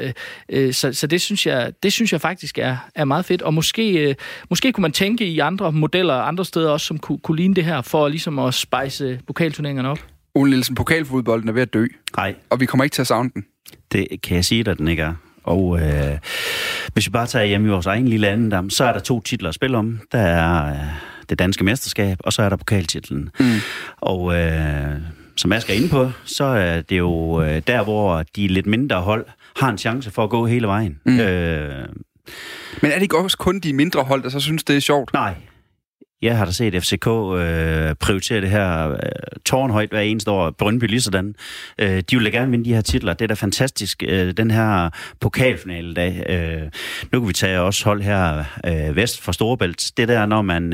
Så det synes jeg faktisk er meget fedt. Og måske kunne man tænke i andre modeller andre steder også, som kunne ligne det her, for ligesom at spejse pokalturneringerne op. Ole Nielsen, pokalfodbolden er ved at dø. Nej. Og vi kommer ikke til at savne den. Det kan jeg sige, at den ikke er. Og hvis vi bare tager hjem i vores egen lille andendam, så er der 2 titler at spille om. Der er det danske mesterskab, og så er der pokaltitlen. Og som jeg skal inde på, så er det jo der, hvor de lidt mindre hold har en chance for at gå hele vejen. Men er det ikke også kun de mindre hold, der så synes, det er sjovt? Nej. Jeg har da set FCK prioritere det her tårnhøjt hver eneste år. Brøndby lige sådan. De vil da gerne vinde de her titler. Det er da fantastisk, den her pokalfinale dag. Nu kan vi tage også hold her vest for Storebælt. Det der, når man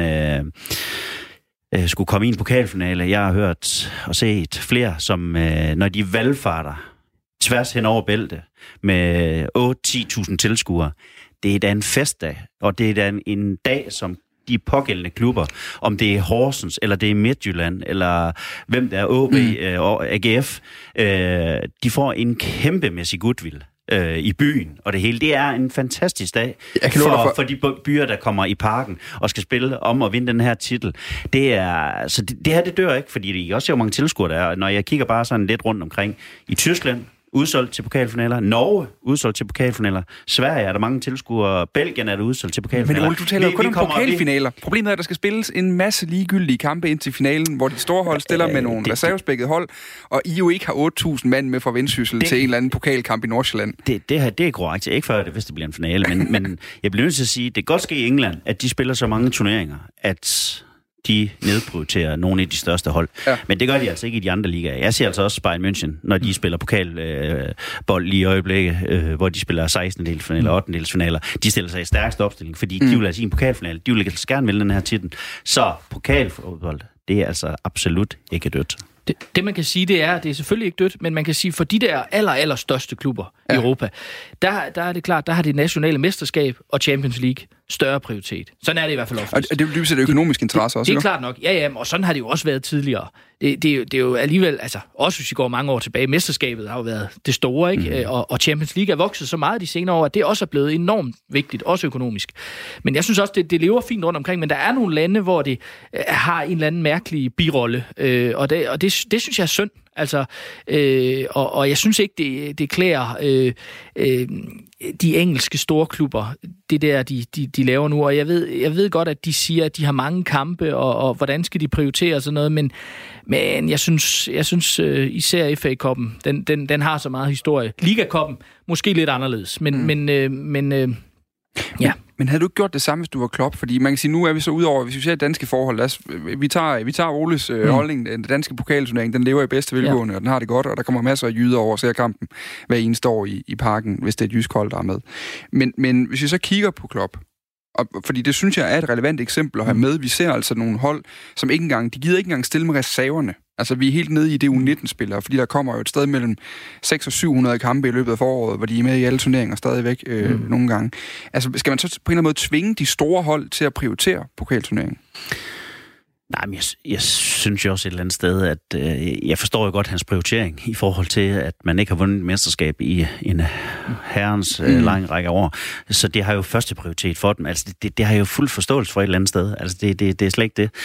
skulle komme i en pokalfinale. Jeg har hørt og set flere, som når de valgfarter tværs hen over bælte med 8-10.000 tilskuere. Det er da en festdag, og det er da en dag, som de pågældende klubber, om det er Horsens, eller det er Midtjylland, eller hvem der er OB og AGF, de får en kæmpemæssig goodwill i byen, og det hele. Det er en fantastisk dag for de byer, der kommer i parken og skal spille om at vinde den her titel. Det her, det dør ikke, fordi der også er jo mange tilskuere der er. Når jeg kigger bare sådan lidt rundt omkring i Tyskland, udsolgt til pokalfinaler. Norge udsolgt til pokalfinaler. Sverige er der mange tilskuere. Belgien er der udsolgt til pokalfinaler. Men Ole, du taler jo kun om pokalfinaler. Problemet er, at der skal spilles en masse ligegyldige kampe ind til finalen, hvor de store hold stiller med nogle reservespækkede hold, og I jo ikke har 8.000 mand med fra Vendsyssel til en eller anden pokalkamp i Nordsjælland. Det er korrekt. Ikke før det, hvis det bliver en finale, men jeg bliver nødt til at sige, det kan godt ske i England, at de spiller så mange turneringer, at de nedprioriterer nogle af de største hold. Ja. Men det gør de altså ikke i de andre ligaer. Jeg ser altså også Bayern München, når de spiller pokalbold lige i øjeblikket, hvor de spiller 16-delsfinaler og 8-delsfinaler. De stiller sig i stærkeste opstilling, fordi de vil altså i en pokalfinale. De vil altså gerne vælge den her titel. Så pokalfodbold, det er altså absolut ikke dødt. Det man kan sige, det er selvfølgelig ikke dødt, men man kan sige, for de der allerstørste klubber i Europa, der er det klart, der har det nationale mesterskab og Champions League større prioritet. Sådan er det i hvert fald også. Og det er jo dybest set økonomisk interesse også, det er klart nok. Ja, og sådan har det jo også været tidligere. Det er jo alligevel, altså også hvis vi går mange år tilbage, mesterskabet har jo været det store, ikke? Og Champions League er vokset så meget de senere år, at det også er blevet enormt vigtigt, også økonomisk. Men jeg synes også, det lever fint rundt omkring, men der er nogle lande, hvor det har en eller anden mærkelig birolle, og det synes jeg er synd. Altså, og jeg synes ikke, det klæder de engelske storklubber, det der, de laver nu. Og jeg ved godt, at de siger, at de har mange kampe, og hvordan skal de prioritere og sådan noget, men jeg synes især FA-koppen, den har så meget historie. Liga-koppen, måske lidt anderledes, men ja. Men havde du ikke gjort det samme, hvis du var Klopp? Fordi man kan sige, nu er vi så udover, hvis vi ser danske forhold, vi tager Oles holdning, den danske pokalturnering, den lever i bedste velgående, og den har det godt, og der kommer masser af jyder over og ser kampen hver eneste år i parken, hvis det er et jysk hold, der er med. Men hvis vi så kigger på Klopp, Og, fordi det synes jeg er et relevant eksempel at have med. Vi ser altså nogle hold, som de gider ikke engang stille med reserverne. Altså, vi er helt nede i det U19-spillere, fordi der kommer jo et sted mellem 600 og 700 kampe i løbet af foråret, hvor de er med i alle turneringer stadigvæk nogle gange. Altså, skal man så på en eller anden måde tvinge de store hold til at prioritere pokalturneringen? Nej, men jeg synes jo også et eller andet sted, at jeg forstår jo godt hans prioritering i forhold til, at man ikke har vundet et mesterskab i en herrens lang række år. Så det har jo første prioritet for dem. Altså, det har jeg jo fuld forståelse for et eller andet sted. Altså, det er slet ikke det.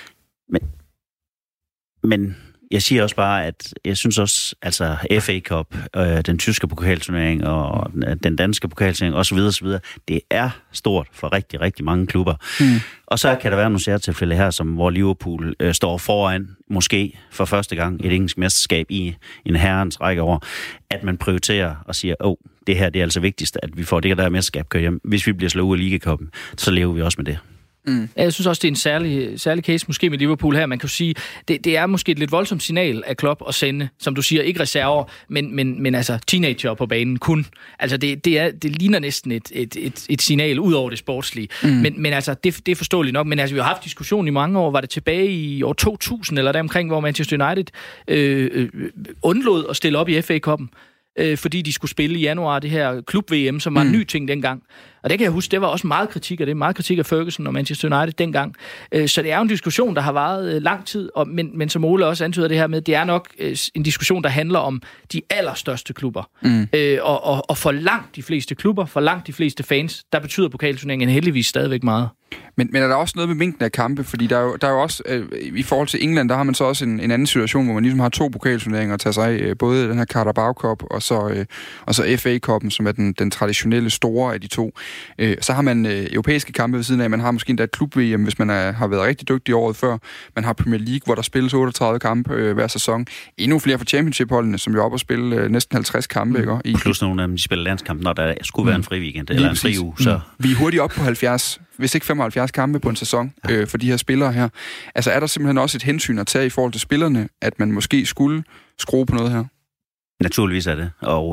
Men jeg siger også bare, at jeg synes også, altså FA Cup, den tyske pokalturnering og den danske pokalturnering osv., det er stort for rigtig, rigtig mange klubber. Og så kan der være nogle særtilfælde her, som hvor Liverpool står foran, måske for første gang, et engelsk mesterskab i en herrens række år, at man prioriterer og siger, det her det er altså vigtigst, at vi får det der mesterskab kørt hjem. Hvis vi bliver slået ud af Liga-cupen, så lever vi også med det. Jeg synes også, det er en særlig case, måske med Liverpool her. Man kan jo sige, det er måske et lidt voldsomt signal af Klopp at sende, som du siger, ikke reserver, men altså teenager på banen kun. Altså det ligner næsten et signal ud over det sportslige. Men altså, det er forståeligt nok. Men altså, vi har haft diskussion i mange år. Var det tilbage i år 2000 eller deromkring, hvor Manchester United undlod at stille op i FA-cupen, fordi de skulle spille i januar det her klub-VM, som var en ny ting dengang. Og det kan jeg huske, det var også meget kritik af det. Meget kritik af Ferguson og Manchester United dengang. Så det er jo en diskussion, der har varet lang tid. Men som Ole også antyder det her med, det er nok en diskussion, der handler om de allerstørste klubber. Og for langt de fleste klubber, for langt de fleste fans, der betyder pokalturneringen heldigvis stadigvæk meget. Men er der også noget med mængden af kampe? Fordi der er jo også, i forhold til England, der har man så også en anden situation, hvor man ligesom har 2 pokalturneringer at tage sig af. Både den her Carabao Cup og så FA-cuppen, som er den traditionelle store af de 2. Så har man europæiske kampe ved siden af. Man har måske endda et klub-VM, hvis man har været rigtig dygtig året før. Man har Premier League, hvor der spilles 38 kampe hver sæson. Endnu flere for Championship-holdene, som jo er oppe at spille næsten 50 kampe. Ikke? Plus nogle af dem, de spiller landskamp, når der skulle være en fri weekend eller en fri uge. Så. Vi er hurtigt op på 70, hvis ikke 75 kampe på en sæson for de her spillere her. Altså er der simpelthen også et hensyn at tage i forhold til spillerne, at man måske skulle skrue på noget her? Naturligvis er det.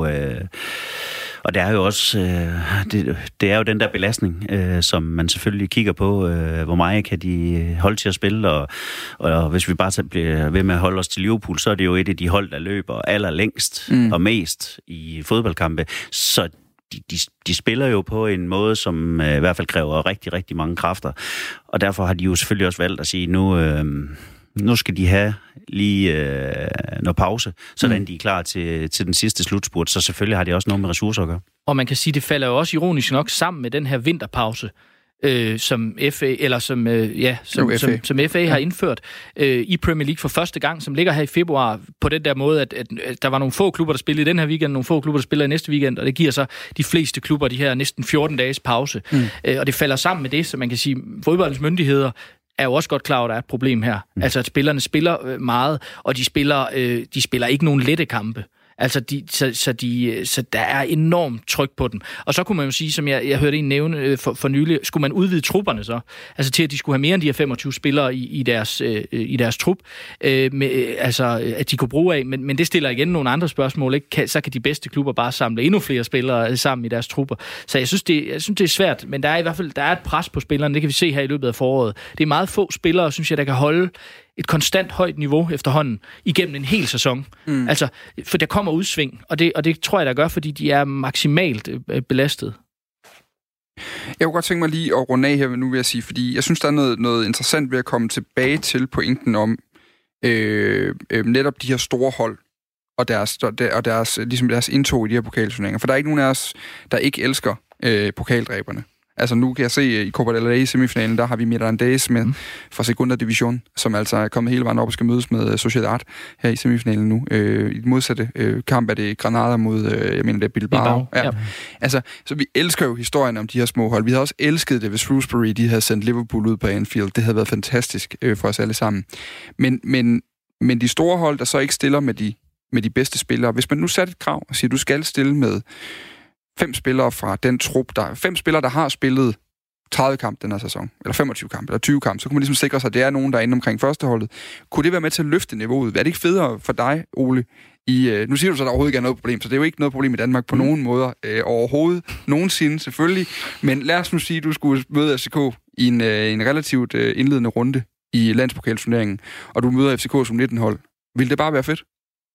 Og det er jo også det er jo den der belastning, som man selvfølgelig kigger på, hvor meget kan de holde til at spille, og hvis vi bare bliver ved med at holde os til Liverpool, så er det jo et af de hold, der løber allerlængst og mest i fodboldkampe. Så de spiller jo på en måde, som i hvert fald kræver rigtig, rigtig mange kræfter. Og derfor har de jo selvfølgelig også valgt at sige, nu skal de have lige noget pause, sådan de er klar til den sidste slutspurt. Så selvfølgelig har de også noget med ressourcer at gøre. Og man kan sige, det falder jo også ironisk nok sammen med den her vinterpause, som FA har indført i Premier League for første gang, som ligger her i februar, på den der måde, at der var nogle få klubber, der spillede i den her weekend, nogle få klubber, der spiller i næste weekend, og det giver så de fleste klubber de her næsten 14 dages pause. Og det falder sammen med det, så man kan sige, fodboldens myndigheder er jo også godt klar over, at der er et problem her. Altså, at spillerne spiller meget, og de spiller ikke nogen lette kampe. Altså, så der er enormt tryk på dem. Og så kunne man jo sige, som jeg hørte en nævne for nylig, skulle man udvide trupperne så? Altså til, at de skulle have mere end de her 25 spillere i deres trup, at de kunne bruge af. Men det stiller igen nogle andre spørgsmål, ikke? Så kan de bedste klubber bare samle endnu flere spillere sammen i deres trupper. Så jeg synes, det er svært, men der er i hvert fald et pres på spillerne. Det kan vi se her i løbet af foråret. Det er meget få spillere, synes jeg, der kan holde et konstant højt niveau efterhånden igennem en hel sæson. Altså, for der kommer udsving, og det tror jeg, der gør, fordi de er maksimalt belastet. Jeg kunne godt tænke mig lige at runde af her, nu vil jeg sige, fordi jeg synes, der er noget interessant ved at komme tilbage til pointen om netop de her store hold og deres indtog i de her pokalturneringer. For der er ikke nogen af os, der ikke elsker pokaldræberne. Altså nu kan jeg se i Copa del Rey i semifinalen, der har vi Mirandes med fra Segunda Division, som altså er kommet hele vejen op og skal mødes med Sociedad her i semifinalen nu. I det modsatte kamp er det Granada mod, jeg mener det er Bilbao. Ja. Altså, så vi elsker jo historien om de her små hold. Vi havde også elsket det, hvis Shrewsbury de havde sendt Liverpool ud på Anfield. Det havde været fantastisk for os alle sammen. Men de store hold, der så ikke stiller med de bedste spillere, hvis man nu satte et krav og siger, du skal stille med 5 spillere fra den trup, 5 spillere, der har spillet 30 kampe den her sæson, eller 25 kampe, eller 20 kampe, så kunne man ligesom sikre sig, at det er nogen, der er inde omkring førsteholdet. Kunne det være med til at løfte niveauet? Er det ikke federe for dig, Ole, Nu siger du så, at der overhovedet ikke er noget problem, så det er jo ikke noget problem i Danmark på nogen måder overhovedet. Nogensinde selvfølgelig. Men lad os nu sige, at du skulle møde FCK i en relativt indledende runde i landspokalturneringen, og du møder FCK som 19-hold. Vil det bare være fedt?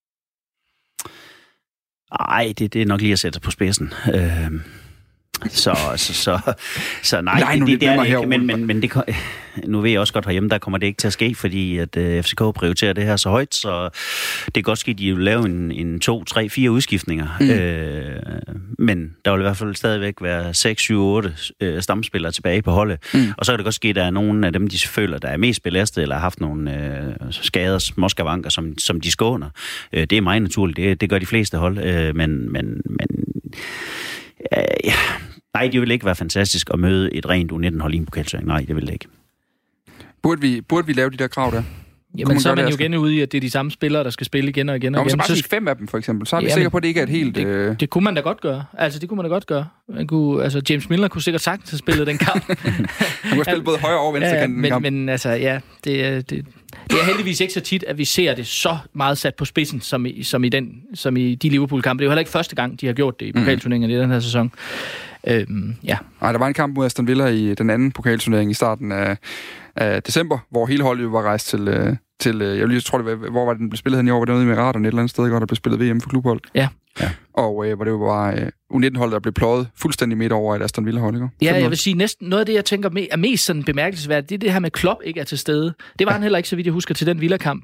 Ej, det er nok lige at sætte på spidsen. Så nej, det er det ikke, men det, nu ved jeg også godt herhjemme, der kommer det ikke til at ske, fordi at FCK prioriterer det her så højt, så det kan godt ske, at de vil lave en 2, 3, 4 udskiftninger. Men der vil i hvert fald stadigvæk være 6, 7, 8 stamspillere tilbage på holdet. Og så kan det godt ske, at der er nogle af dem, de føler, der er mest belastet, eller har haft nogle skader, småskavanker, som de skåner. Det er meget naturligt, det gør de fleste hold, men nej, det vil ikke være fantastisk at møde et rent U19-hold i en pokalturnering. Nej, det vil det ikke. Burde vi lave de der krav der? Jamen, så er man jo igen ude i, at det er de samme spillere, der skal spille igen og igen og igen. Så bare sige 5 af dem, for eksempel. Så er vi sikre på, at det ikke er et helt... Det kunne man da godt gøre. James Milner kunne sikkert sagtens have spillet den kamp. Han kunne spille både højre og venstre kanten kamp. Men altså, ja, det er heldigvis ikke så tit, at vi ser det så meget sat på spidsen, som i de Liverpool-kampe. Det er jo heller ikke første gang, de har gjort det i pokalturneringen i den her sæson. Nej, der var en kamp mod Aston Villa i den anden pokalturnering i starten af december, hvor hele holdet jo var rejst til jeg lige tror det var, hvor var den blev spillet hen i år, var det noget i Emiraterne et eller andet sted, hvor der blev spillet VM for klubhold. Ja. Og hvor det jo var U19-holdet, der blev pløjet fuldstændig midt over et Aston Villa-hold, ikke? Ja, jeg vil sige, næsten noget af det, jeg tænker er mest sådan bemærkelsesværdigt, det er det her med Klopp ikke er til stede. Det var han heller ikke, så vidt jeg husker, til den Villa-kamp.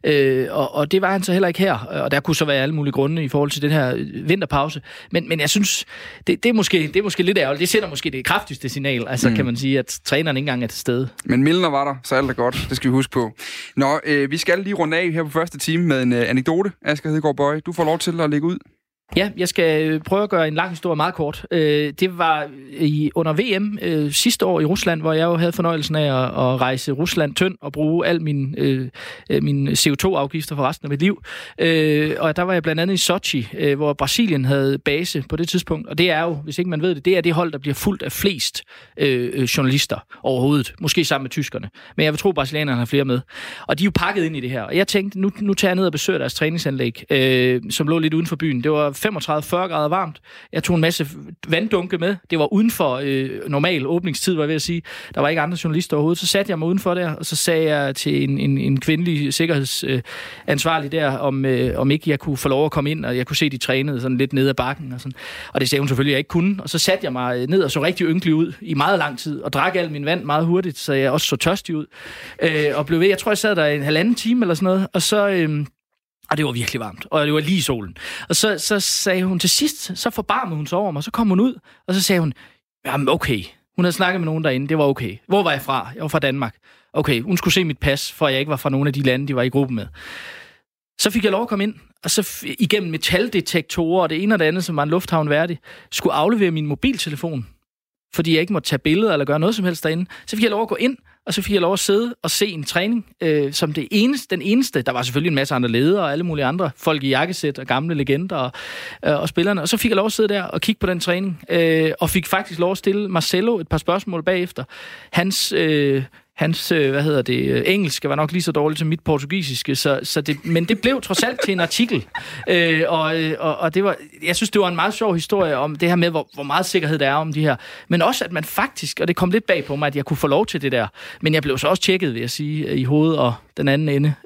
Og det var han så heller ikke her. Og der kunne så være alle mulige grunde i forhold til den her vinterpause. Men jeg synes, det er måske lidt ærgerligt. Det sender måske det kraftigste signal, altså kan man sige, at træneren ikke engang er til stede. Men Milner var der, så alt er godt. Det skal vi huske på. Nå, vi skal lige runde af her på første time med en anekdote. Asger Hedegaard Bøje, du får lov til at lægge ud. Ja, jeg skal prøve at gøre en lang historie meget kort. Det var under VM sidste år i Rusland, hvor jeg jo havde fornøjelsen af at rejse Rusland tynd og bruge al min CO2-afgifter for resten af mit liv. Og der var jeg blandt andet i Sochi, hvor Brasilien havde base på det tidspunkt. Og det er jo, hvis ikke man ved det, det er det hold, der bliver fuldt af flest journalister overhovedet. Måske sammen med tyskerne. Men jeg vil tro, at brasilianerne har flere med. Og de er jo pakket ind i det her. Og jeg tænkte, nu tager jeg ned og besøger deres træningsanlæg, som lå lidt uden for byen. Det var 35-40 grader varmt. Jeg tog en masse vanddunke med. Det var uden for normal åbningstid, var jeg ved at sige. Der var ikke andre journalister overhovedet. Så satte jeg mig udenfor der, og så sagde jeg til en kvindelig sikkerhedsansvarlig der, om ikke jeg kunne få lov at komme ind, og jeg kunne se, de trænede sådan lidt ned ad bakken. Og, sådan. Og det sagde hun selvfølgelig, jeg ikke kunne. Og så satte jeg mig ned og så rigtig ynkelig ud i meget lang tid, og drak al min vand meget hurtigt, så jeg også så tørstig ud. Og blev ved. Jeg tror, jeg sad der en halvanden time eller sådan noget, og så... Og det var virkelig varmt, og det var lige i solen. Og så sagde hun til sidst, så forbarmede hun sig over mig, og så kom hun ud, og så sagde hun, jamen okay. Hun havde snakket med nogen derinde, det var okay. Hvor var jeg fra? Jeg var fra Danmark. Okay, hun skulle se mit pas, for jeg ikke var fra nogen af de lande, de var i gruppen med. Så fik jeg lov at komme ind, og så igennem metaldetektorer og det ene og det andet, som var en lufthavn værdig, skulle aflevere min mobiltelefon, fordi jeg ikke måtte tage billeder eller gøre noget som helst derinde. Så fik jeg lov at gå ind, og så fik jeg lov at sidde og se en træning som den eneste. Der var selvfølgelig en masse andre ledere og alle mulige andre folk i jakkesæt og gamle legender og spillerne. Og så fik jeg lov at sidde der og kigge på den træning, og fik faktisk lov at stille Marcelo et par spørgsmål bagefter. Hans engelsk var nok lige så dårligt som mit portugisiske, men det blev trods alt til en artikel. Og det var, jeg synes, det var en meget sjov historie om det her med, hvor meget sikkerhed der er om de her. Men også, at man faktisk, og det kom lidt bag på mig, at jeg kunne få lov til det der. Men jeg blev så også tjekket, vil jeg sige, i hovedet og den anden ende.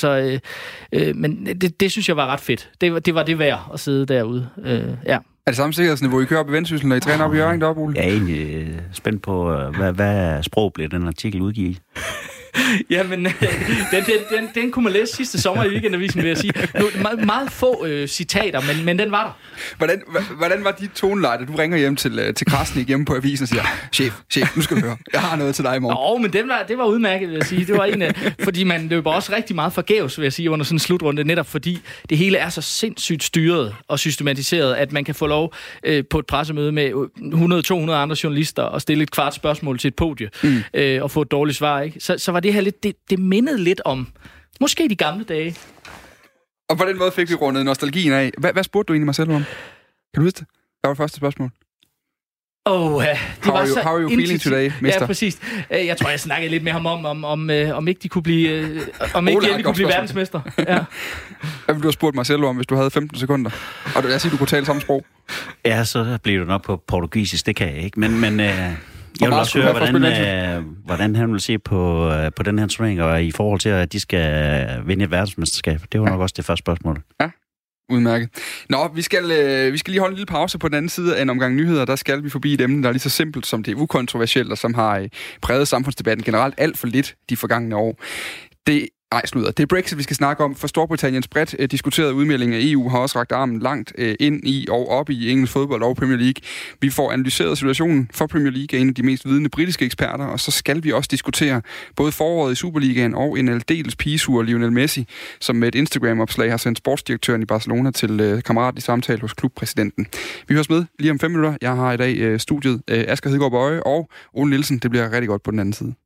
Men det synes jeg var ret fedt. Det var det værd at sidde derude. Ja. Er det samme sikkerhedsniveau, I kører op i Vendsyssel, når I træner op i Hjørring deroppe, Ole? Jeg er egentlig spændt på, hvad sprog bliver den artikel udgivet? Jamen, den kunne man læse sidste sommer i Weekendavisen, vil jeg sige. Meget få citater, men den var der. Hvordan var dit toneleje, da du ringer hjem til Krasnik hjemme på avisen og siger, chef, nu skal du høre, jeg har noget til dig i morgen. Men det var udmærket, vil jeg sige. Det var fordi man løber også rigtig meget forgæves, vil jeg sige, under sådan en slutrunde, netop fordi det hele er så sindssygt styret og systematiseret, at man kan få lov på et pressemøde med 100-200 andre journalister og stille et kvart spørgsmål til et podie og få et dårligt svar, ikke? Så var det her lidt, det mindede lidt om måske de gamle dage. Og på den måde fik vi rundet nostalgien af. Hvad spurgte du egentlig Marcelo om? Kan du huske det? Hvad var det første spørgsmål? Det How are you feeling today, mister? Ja, præcis. Jeg tror, jeg snakkede lidt med ham om ikke de kunne blive, om ikke de endelig kunne blive verdensmester. Ja. Hvad ville du have spurgt Marcelo om, hvis du havde 15 sekunder? Og jeg siger, du kunne tale samme sprog. Ja, så bliver det nok på portugisisk. Det kan jeg ikke. Men jeg vil også høre, hvordan han vil se på den her turnering, og i forhold til, at de skal vinde et verdensmesterskab. Det var nok også det første spørgsmål. Ja. Udmærket. Nå, vi skal lige holde en lille pause på den anden side af en omgang nyheder. Der skal vi forbi et emne, der er lige så simpelt som det er ukontroversielt, og som har præget samfundsdebatten generelt alt for lidt de forgangne år. Det er Brexit, vi skal snakke om, for Storbritanniens bredt diskuterede udmelding af EU har også rakt armen langt ind i og op i engelsk fodbold og Premier League. Vi får analyseret situationen for Premier League af en af de mest vidende britiske eksperter, og så skal vi også diskutere både foråret i Superligaen og en aldeles pigesur Lionel Messi, som med et Instagram-opslag har sendt sportsdirektøren i Barcelona til kammeratlig samtale hos klubpræsidenten. Vi høres med lige om 5 minutter. Jeg har i dag studiet Asger Hedegaard Bøje og Ole Nielsen. Det bliver rigtig godt på den anden side.